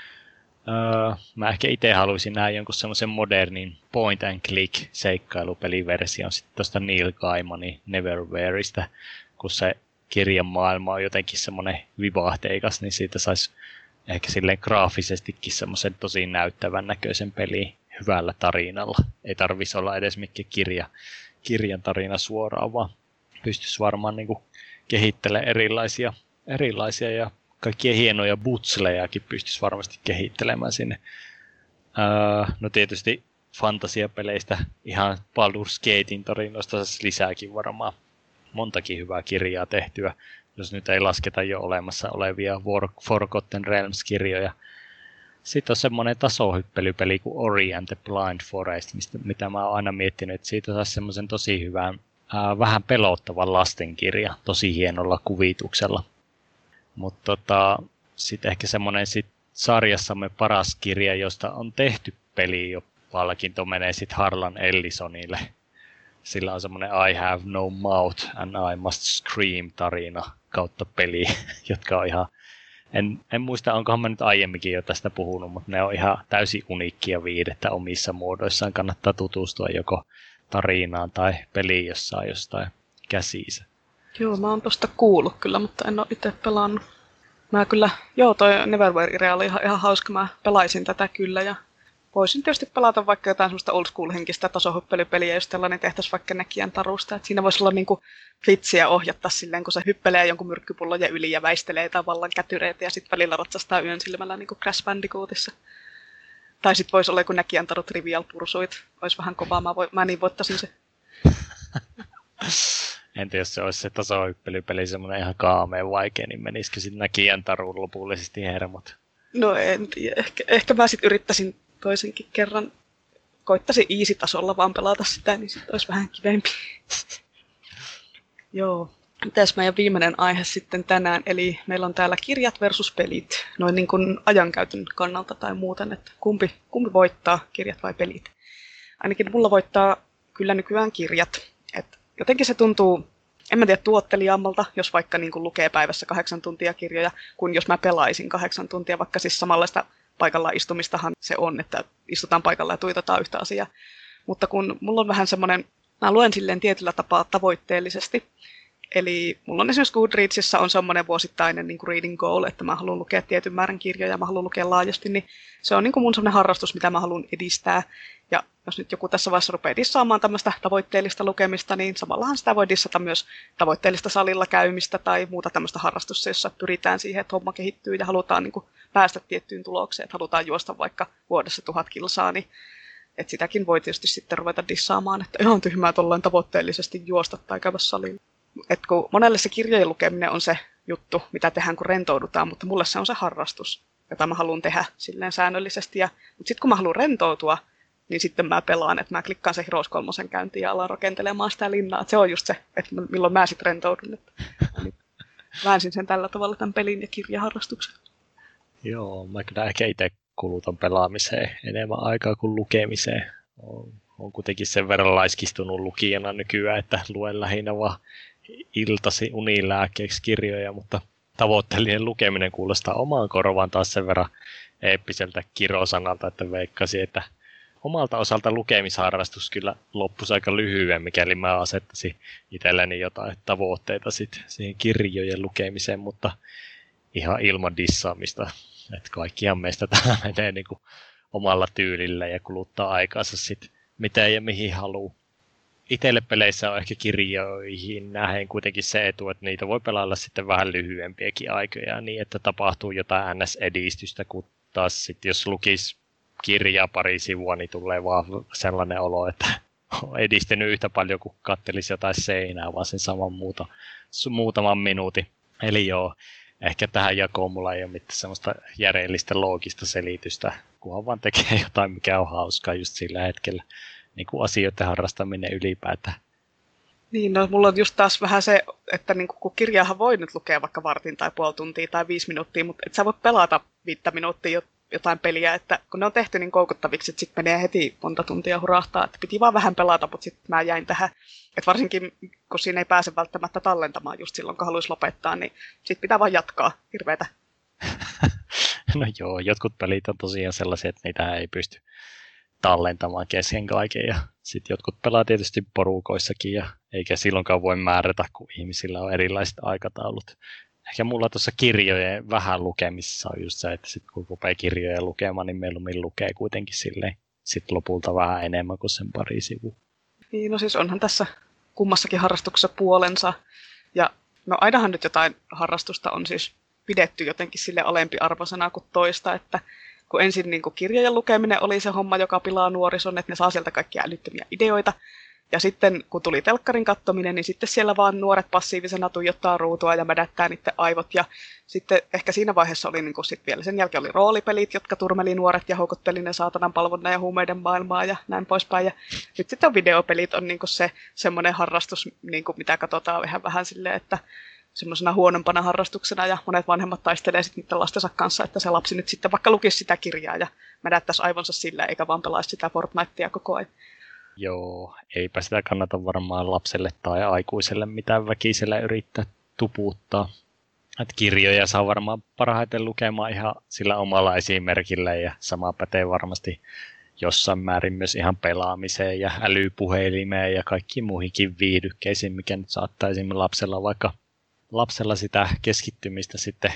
Mä ehkä itse haluaisin nähdä jonkun semmoisen modernin point and click seikkailupeliversion sitten tuosta Neil Gaimanin Neverwhereista, kun se kirjan maailma on jotenkin semmoinen vivahteikas, niin siitä saisi ehkä silleen graafisestikin semmoisen tosi näyttävän näköisen peli hyvällä tarinalla. Ei tarvitsisi olla edes mikään kirjan tarina suoraan, vaan pystyisi varmaan niin kuin kehittelemään erilaisia ja kaikkia hienoja butslejakin pystyisi varmasti kehittelemään sinne. No tietysti fantasiapeleistä ihan Baldur's Gatein tarinoista saisi lisääkin varmaan montakin hyvää kirjaa tehtyä, jos nyt ei lasketa jo olemassa olevia Forgotten Realms-kirjoja. Sitten on semmoinen tasohyppelypeli kuin Ori and the Blind Forest, mitä mä oon aina miettinyt, että siitä saisi semmoisen tosi hyvän, vähän pelottavan lastenkirja, tosi hienolla kuvituksella. Mutta sitten ehkä semmoinen sarjassamme paras kirja, josta on tehty peli jo palkinto, menee sitten Harlan Ellisonille. Sillä on semmoinen I have no mouth and I must scream -tarina kautta peli, jotka on ihan... En muista, onkohan mä nyt aiemminkin jo tästä puhunut, mutta ne on ihan täysin uniikkia viihdettä omissa muodoissaan. Kannattaa tutustua joko tarinaan tai peliin jostain käsiinsä. Joo, mä oon tosta kuullut kyllä, mutta en oo itse pelannut. Mä kyllä, toi Neverwhere oli ihan hauska, mä pelaisin tätä kyllä ja voisin tietysti pelata vaikka jotain semmoista old school henkistä tasohyppelypeliä, jos tällainen tehtäisiin vaikka näkijän tarusta. Et siinä voisi olla niinku vitsiä ohjata silleen, kun se hyppelee jonkun myrkkypulloja yli ja väistelee tavallaan kätyreitä ja sitten välillä ratsastaa yön silmällä niin kuin Crash Bandicootissa. Tai sitten voisi olla joku näkijän taru Trivial Pursuit. Olisi vähän kovaa, mä niin voittaisin se. Entä jos se olisi se tasohyppelypeli semmoinen ihan kaameen vaikea, niin menisikö sitten näkijän taruun lopullisesti hermot? No en tiedä, ehkä mä sitten yrittäisin toisenkin kerran, koittaisin easy-tasolla vaan pelata sitä, niin sitten olisi vähän kivempi. Joo. Mitäs meidän viimeinen aihe sitten tänään, eli meillä on täällä kirjat versus pelit, noin niin kuin ajankäytön kannalta tai muuten, että kumpi voittaa, kirjat vai pelit. Ainakin mulla voittaa kyllä nykyään kirjat, että jotenkin se tuntuu, en mä tiedä, tuotteliaammalta, jos vaikka niin kuin lukee päivässä 8 tuntia kirjoja, kuin jos mä pelaisin 8 tuntia, vaikka siis samanlaista paikallaan istumistahan se on, että istutaan paikalla ja tuitotaan yhtä asiaa. Mutta kun mulla on vähän semmoinen, mä luen silleen tietyllä tapaa tavoitteellisesti, eli mulla on esimerkiksi Goodreadsissa on semmoinen vuosittainen niin kuin reading goal, että mä haluan lukea tietyn määrän kirjoja, mä haluan lukea laajasti, niin se on niin kuin mun semmoinen harrastus, mitä mä haluan edistää. Ja jos nyt joku tässä vaiheessa rupeaa dissaamaan tämmöistä tavoitteellista lukemista, niin samallahan sitä voi dissata myös tavoitteellista salilla käymistä tai muuta tämmöistä harrastusta, jossa pyritään siihen, että homma kehittyy ja halutaan niin kuin päästä tiettyyn tulokseen, että halutaan juosta vaikka vuodessa 1000 kilsaa, niin että sitäkin voi tietysti sitten ruveta dissaamaan, että ihan tyhmää tollaan tavoitteellisesti juosta tai käydä salilla. Et kun monelle se kirjojen lukeminen on se juttu, mitä tehdään kun rentoudutaan, mutta mulle se on se harrastus, jota mä haluan tehdä silleen säännöllisesti. Mutta sitten kun mä haluan rentoutua, niin sitten mä pelaan, että mä klikkaan se Heroes 3 käyntiin ja alan rakentelemaan sitä linnaa. Et se on just se, että milloin mä sitten rentoudun. Että väänsin sen tällä tavalla tämän pelin ja kirjaharrastuksen. Joo, mä kyllä ehkä itse kulutan pelaamiseen enemmän aikaa kuin lukemiseen. Olen kuitenkin sen verran laiskistunut lukijana nykyään, että luen lähinnä vaan iltasi unilääkkeeksi kirjoja, mutta tavoitteellinen lukeminen kuulostaa omaan korvaan taas sen verran eeppiseltä kirosanalta, että veikkasin, että omalta osalta lukemisharrastus kyllä loppuisi aika lyhyen, mikäli mä asettaisin itselleni jotain tavoitteita siihen kirjojen lukemiseen, mutta ihan ilman dissaamista. Että kaikkihan meistä täällä menee niin kuin omalla tyylillä ja kuluttaa aikaansa sitten miten ja mihin haluaa. Itelle peleissä on ehkä kirjoihin nähden kuitenkin se etu, että niitä voi pelailla sitten vähän lyhyempiäkin aikoja niin, että tapahtuu jotain NS-edistystä, kun taas sitten jos lukisi kirjaa pari sivua, niin tulee vaan sellainen olo, että on edistynyt yhtä paljon kuin kattelisi jotain seinää, vaan sen saman muutaman minuutin. Eli joo, ehkä tähän jakoon mulla ei ole mitään semmoista järjellistä loogista selitystä, kunhan vaan tekee jotain, mikä on hauskaa just sillä hetkellä. Niin kuin asioiden harrastaminen ylipäätään. Niin, no mulla on just taas vähän se, että niin kun kirjaahan voi nyt lukea vaikka vartin tai puoli tuntia tai 5 minuuttia, mutta et sä voi pelata 5 minuuttia jotain peliä, että kun ne on tehty niin koukuttaviksi, että sitten menee heti monta tuntia hurahtaa, että piti vaan vähän pelata, mutta sitten mä jäin tähän, että varsinkin kun siinä ei pääse välttämättä tallentamaan just silloin, kun haluaisi lopettaa, niin sitten pitää vaan jatkaa, hirveetä. No joo, jotkut pelit on tosiaan sellaisia, että niitä ei pysty tallentamaan kesken kaiken ja Sitten jotkut pelaa tietysti porukoissakin, ja eikä silloinkaan voi määrätä, kun ihmisillä on erilaiset aikataulut. Ehkä mulla tuossa kirjojen vähän lukemisessa on just se, että sit kun rupeaa kirjoja lukemaan, niin mieluummin lukee kuitenkin silleen sit lopulta vähän enemmän kuin sen pari sivua. Niin, no siis onhan tässä kummassakin harrastuksessa puolensa. Ja no ainahan nyt jotain harrastusta on siis pidetty jotenkin sille alempiarvoisena kuin toista, että kun ensin niin kuin kirjojen lukeminen oli se homma, joka pilaa nuorison, että ne saa sieltä kaikkia älyttömiä ideoita. Ja sitten kun tuli telkkarin katsominen, niin sitten siellä vaan nuoret passiivisena tuijottaa ruutua ja mädättää niiden aivot. Ja sitten ehkä siinä vaiheessa oli niin kuin sit vielä sen jälkeen oli roolipelit, jotka turmeli nuoret ja houkutteli ne saatanan palvonnan ja huumeiden maailmaa ja näin poispäin. Ja nyt sitten videopelit on niin kuin se semmoinen harrastus, niin kuin mitä katsotaan vähän silleen, että semmoisena huonompana harrastuksena, ja monet vanhemmat taistelee sitten niiden lastensa kanssa, että se lapsi nyt sitten vaikka lukisi sitä kirjaa ja mädättäisi aivonsa sillä, eikä vaan pelaisi sitä Fortnitea koko ajan. Joo, eipä sitä kannata varmaan lapselle tai aikuiselle mitään väkisellä yrittää tuputtaa. Et kirjoja saa varmaan parhaiten lukemaan ihan sillä omalla esimerkillä, ja sama pätee varmasti jossain määrin myös ihan pelaamiseen ja älypuhelimeen ja kaikkiin muihinkin viihdykkeisiin, mikä nyt saattaa esimerkiksi lapsella sitä keskittymistä sitten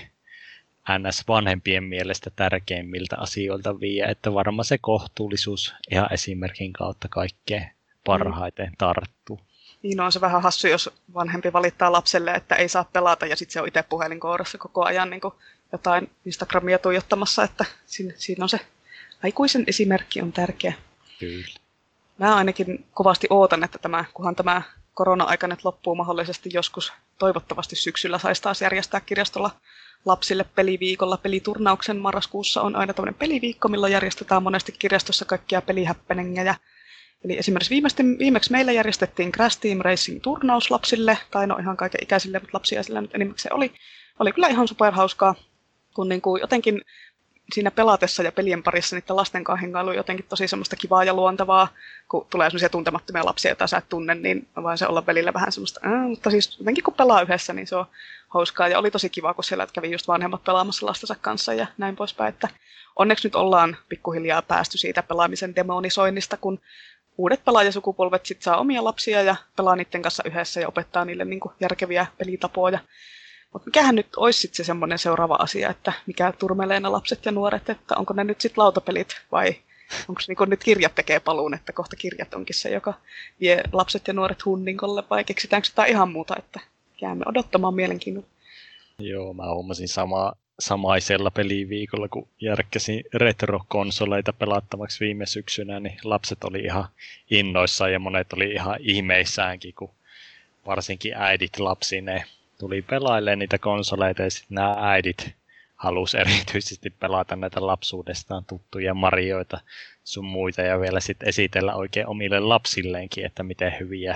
NS-vanhempien mielestä tärkeimmiltä asioilta vie, että varmaan se kohtuullisuus ihan esimerkin kautta kaikkein parhaiten tarttuu. Niin on se vähän hassu, jos vanhempi valittaa lapselle, että ei saa pelata ja sitten se on itse puhelinkourassa koko ajan niin kuin jotain Instagramia tuijottamassa, että siinä on se aikuisen esimerkki on tärkeä. Kyllä. Mä ainakin kovasti ootan, että kunhan tämä korona-aika nyt loppuu mahdollisesti joskus, toivottavasti syksyllä saisi taas järjestää kirjastolla lapsille peliviikolla. Peliturnauksen marraskuussa on aina tämmöinen peliviikko, milloin järjestetään monesti kirjastossa kaikkia pelihäppenengejä. Eli esimerkiksi viimeksi meillä järjestettiin Crash Team Racing-turnaus lapsille, tai no ihan kaiken ikäisille, mutta lapsia sillä nyt enimmäkseen oli. Oli kyllä ihan superhauskaa, kun niin kuin jotenkin siinä pelatessa ja pelien parissa niiden lasten kanssa hengailu on jotenkin tosi semmoista kivaa ja luontevaa, kun tulee semmoisia tuntemattomia lapsia, joita sä et tunne, niin vaan se olla välillä vähän semmoista, mutta siis jotenkin kun pelaa yhdessä, niin se on hauskaa, ja oli tosi kiva, kun siellä kävi just vanhemmat pelaamassa lastensa kanssa ja näin poispäin, että onneksi nyt ollaan pikkuhiljaa päästy siitä pelaamisen demonisoinnista, kun uudet pelaajasukupolvet sit saa omia lapsia ja pelaa niiden kanssa yhdessä ja opettaa niille niin kuin järkeviä pelitapoja. Mutta mikähän nyt olisi sit se semmoinen seuraava asia, että mikä turmelee ne lapset ja nuoret, että onko ne nyt sitten lautapelit vai onko niin nyt kirjat tekee paluun, että kohta kirjat onkin se, joka vie lapset ja nuoret hunningolle vai keksitäänkö jotain ihan muuta, että jäämme odottamaan mielenkiinnolla. Joo, mä huomasin samaisella peliviikolla, kun järkkäsin retrokonsoleita pelattavaksi viime syksynä, niin lapset oli ihan innoissaan ja monet oli ihan ihmeissäänkin, kun varsinkin äidit lapsineen tuli pelailemaan niitä konsoleita, ja sitten nämä äidit halusi erityisesti pelata näitä lapsuudestaan tuttuja Marioita sun muita, ja vielä sitten esitellä oikein omille lapsilleenkin, että miten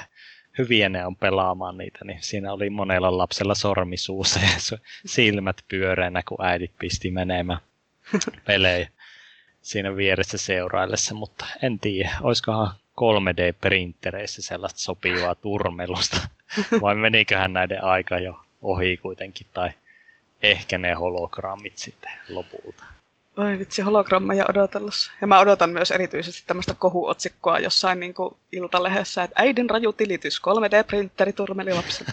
hyviä ne on pelaamaan niitä, niin siinä oli monella lapsella sormi suussa ja silmät pyöreänä, kun äidit pisti menemään pelejä siinä vieressä seuraillessa, mutta en tiedä, olisikohan 3D-printtereissä sellaista sopivaa turmelusta, vai meniköhän näiden aika jo ohi kuitenkin, tai ehkä ne hologrammit sitten lopulta. Oi vitsi, hologrammeja odotellessa. Ja mä odotan myös erityisesti tämmöistä kohuotsikkoa jossain niin kuin Iltalehdessä, että äidin raju tilitys, 3D-printeri turmeli lapsille.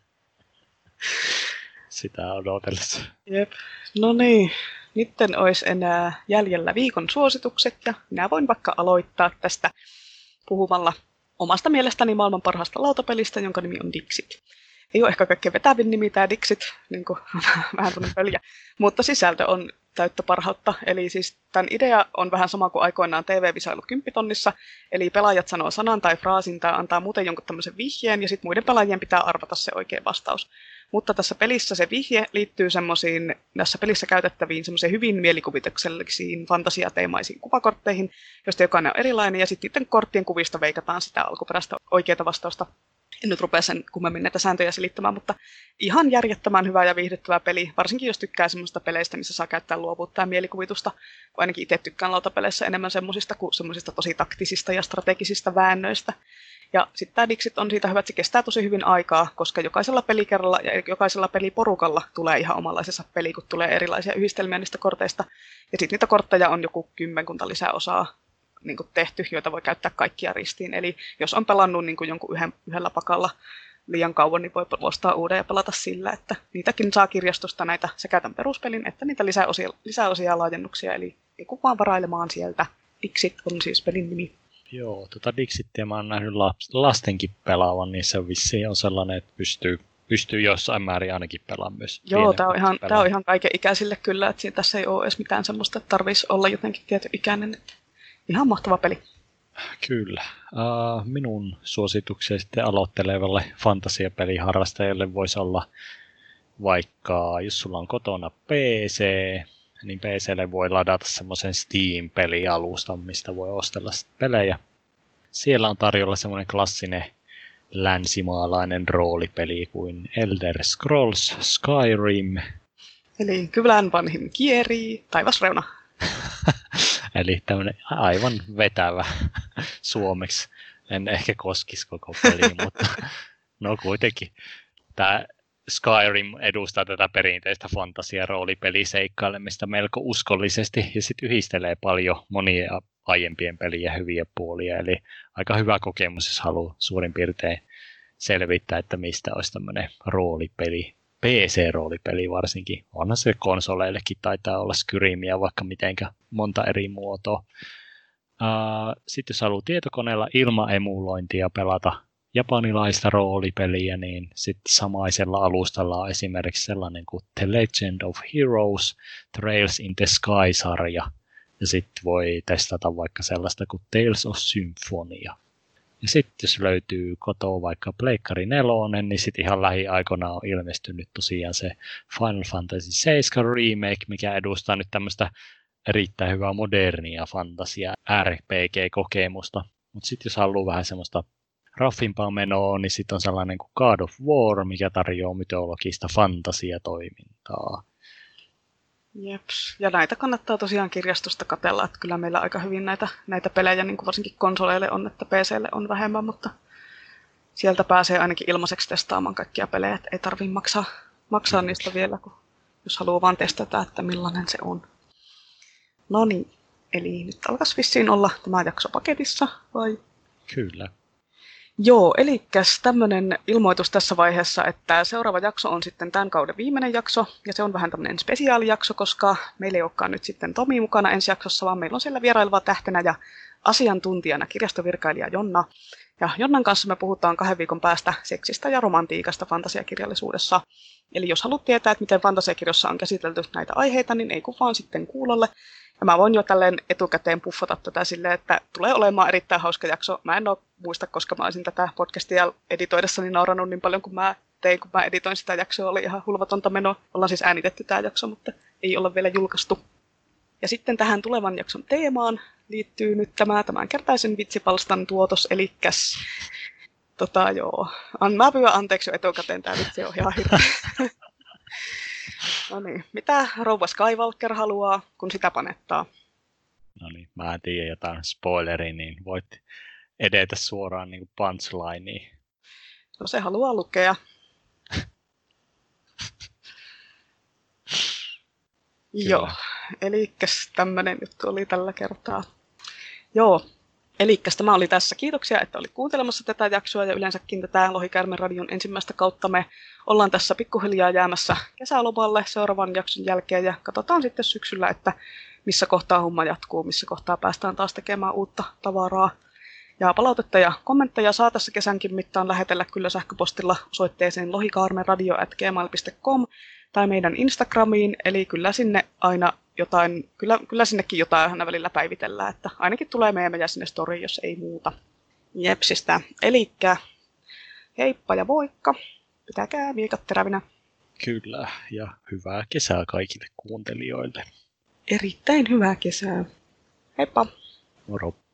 Sitä odotellessa. Jep. No niin, nytten olisi enää jäljellä viikon suositukset, ja minä voin vaikka aloittaa tästä puhumalla omasta mielestäni maailman parhaasta lautapelistä, jonka nimi on Dixit. Ei ole ehkä kaikkein vetävin nimi tämä Dixit, niin kuin vähän tuonne pöljä, mutta sisältö on täyttä parhautta. Eli siis tämän idea on vähän sama kuin aikoinaan TV-visailu 10-tonnissa, eli pelaajat sanoo sanan tai fraasin tai antaa muuten jonkun tämmöisen vihjeen, ja sitten muiden pelaajien pitää arvata se oikea vastaus. Mutta tässä pelissä se vihje liittyy semmoisiin, tässä pelissä käytettäviin semmoisiin hyvin mielikuvituksellisiin fantasiateemaisiin kuvakortteihin, joista jokainen on erilainen, ja sitten niiden korttien kuvista veikataan sitä alkuperäistä oikeaa vastausta. En nyt rupea sen kummemmin näitä sääntöjä selittämään, mutta ihan järjettömän hyvä ja viihdyttävä peli, varsinkin jos tykkää semmoista peleistä, missä saa käyttää luovuutta ja mielikuvitusta. Ainakin itse tykkään lautapeleissä enemmän semmoisista kuin semmoisista tosi taktisista ja strategisista väännöistä. Ja sitten tämä Dixit on siitä hyvä, että se kestää tosi hyvin aikaa, koska jokaisella pelikerralla ja jokaisella peliporukalla tulee ihan omanlaisensa peli, kun tulee erilaisia yhdistelmiä niistä korteista. Ja sitten niitä kortteja on joku 10 lisäosaa niin kuin tehty, joita voi käyttää kaikkia ristiin. Eli jos on pelannut niin kuin jonkun yhdellä pakalla liian kauan, niin voi ostaa uuden ja pelata sillä, että niitäkin saa kirjastosta näitä sekä tämän peruspelin että niitä lisäosia ja laajennuksia, eli ei kun vaan varailemaan sieltä. Dixit on siis pelin nimi. Joo, Dixittiä mä oon nähnyt lastenkin pelaavan, niin se vissiin on sellainen, että pystyy jossain määrin ainakin pelaamaan myös. Joo, tää on ihan kaiken ikäisille kyllä, että tässä ei ole edes mitään semmoista, että tarvitsisi olla jotenkin tietyn ikäinen. Että ihan mahtava peli. Kyllä. Minun suositukseni sitten aloittelevalle fantasiapeliharrastajalle voisi olla vaikka, jos sulla on kotona PC, niin PClle voi ladata semmoisen Steam-pelialustan, mistä voi ostella pelejä. Siellä on tarjolla semmoinen klassinen länsimaalainen roolipeli kuin Elder Scrolls Skyrim. Eli Kylän vanhin kierii, taivasreuna. Eli tämmöinen aivan vetävä suomeksi. En ehkä koskisi koko peliä, mutta no kuitenkin. Tämä Skyrim edustaa tätä perinteistä fantasia-roolipeliseikkailemista melko uskollisesti ja sitten yhdistelee paljon monia aiempien pelien hyviä puolia. Eli aika hyvä kokemus, jos haluaa suurin piirtein selvittää, että mistä olisi tämmöinen roolipeli. PC-roolipeli varsinkin. Onhan se konsoleillekin taitaa olla Skyrimia vaikka mitenkä monta eri muotoa. Sitten jos haluaa tietokoneella ilman emulointia pelata japanilaista roolipeliä, niin sitten samaisella alustalla on esimerkiksi sellainen kuin The Legend of Heroes, Trails in the Sky-sarja. Ja sitten voi testata vaikka sellaista kuin Tales of Symphonia. Ja sitten jos löytyy kotoa vaikka Pleikkari 4, niin sitten ihan lähiaikoina on ilmestynyt tosiaan se Final Fantasy 7 Remake, mikä edustaa nyt tämmöistä erittäin hyvää modernia fantasia RPG-kokemusta. Mutta sitten jos haluaa vähän semmoista raffimpaa menoa, niin sitten on sellainen kuin God of War, mikä tarjoaa mytologista fantasiatoimintaa. Jeps. Ja näitä kannattaa tosiaan kirjastosta katsella, että kyllä meillä aika hyvin näitä pelejä, niin kuin varsinkin konsoleille on, että PClle on vähemmän, mutta sieltä pääsee ainakin ilmaiseksi testaamaan kaikkia pelejä, että ei tarvitse maksaa niistä vielä, jos haluaa vaan testata, että millainen se on. No niin, eli nyt alkaisi vissiin olla tämä jakso paketissa, vai? Kyllä. Joo, eli tämmöinen ilmoitus tässä vaiheessa, että seuraava jakso on sitten tämän kauden viimeinen jakso, ja se on vähän tämmöinen spesiaalijakso, koska meillä ei olekaan nyt sitten Tomi mukana ensi jaksossa, vaan meillä on siellä vieraileva tähtenä ja asiantuntijana kirjastovirkailija Jonna. Ja Jonnan kanssa me puhutaan 2 viikon päästä seksistä ja romantiikasta fantasiakirjallisuudessa. Eli jos haluat tietää, että miten fantasiakirjoissa on käsitelty näitä aiheita, niin ei kun vaan sitten kuulolle. Ja mä voin jo tälleen etukäteen puffata tätä silleen, että tulee olemaan erittäin hauska jakso. Mä en ole muista, koska mä olisin tätä podcastia editoidessani naurannut niin paljon kuin mä tein, kun mä editoin sitä jaksoa. Oli ihan hulvatonta menoa. Ollaan siis äänitetty tämä jakso, mutta ei olla vielä julkaistu. Ja sitten tähän tulevan jakson teemaan liittyy nyt tämänkertaisen vitsipalstan tuotos, elikkäs mä pyydän anteeksi jo etukäteen, tämä vitsi on ihan hirveä. No niin, mitä rouva Skywalker haluaa, kun sitä panettaa? No niin, mä en tiedä jotain spoileria, niin voit edetä suoraan niin kuin punchlineen. No se haluaa lukea. Joo, elikkäs tämmönen juttu oli tällä kertaa. Joo, elikkäs tämä oli tässä. Kiitoksia, että olit kuuntelemassa tätä jaksoa ja yleensäkin tätä Lohikäärmen radion ensimmäistä kautta. Me ollaan tässä pikkuhiljaa jäämässä kesälomalle seuraavan jakson jälkeen ja katsotaan sitten syksyllä, että missä kohtaa homma jatkuu, missä kohtaa päästään taas tekemään uutta tavaraa. Ja palautetta ja kommentteja saa tässä kesänkin mittaan lähetellä kyllä sähköpostilla osoitteeseen lohikaarmenradio@gmail.com tai meidän Instagramiin, eli kyllä sinne aina jotain, kyllä sinnekin jotain aina välillä päivitellään, että ainakin tulee meemejä sinne storyin, jos ei muuta. Jepsistä. Elikkä heippa ja moikka. Pitäkää miekat terävinä. Kyllä, ja hyvää kesää kaikille kuuntelijoille. Erittäin hyvää kesää. Heippa. Moro.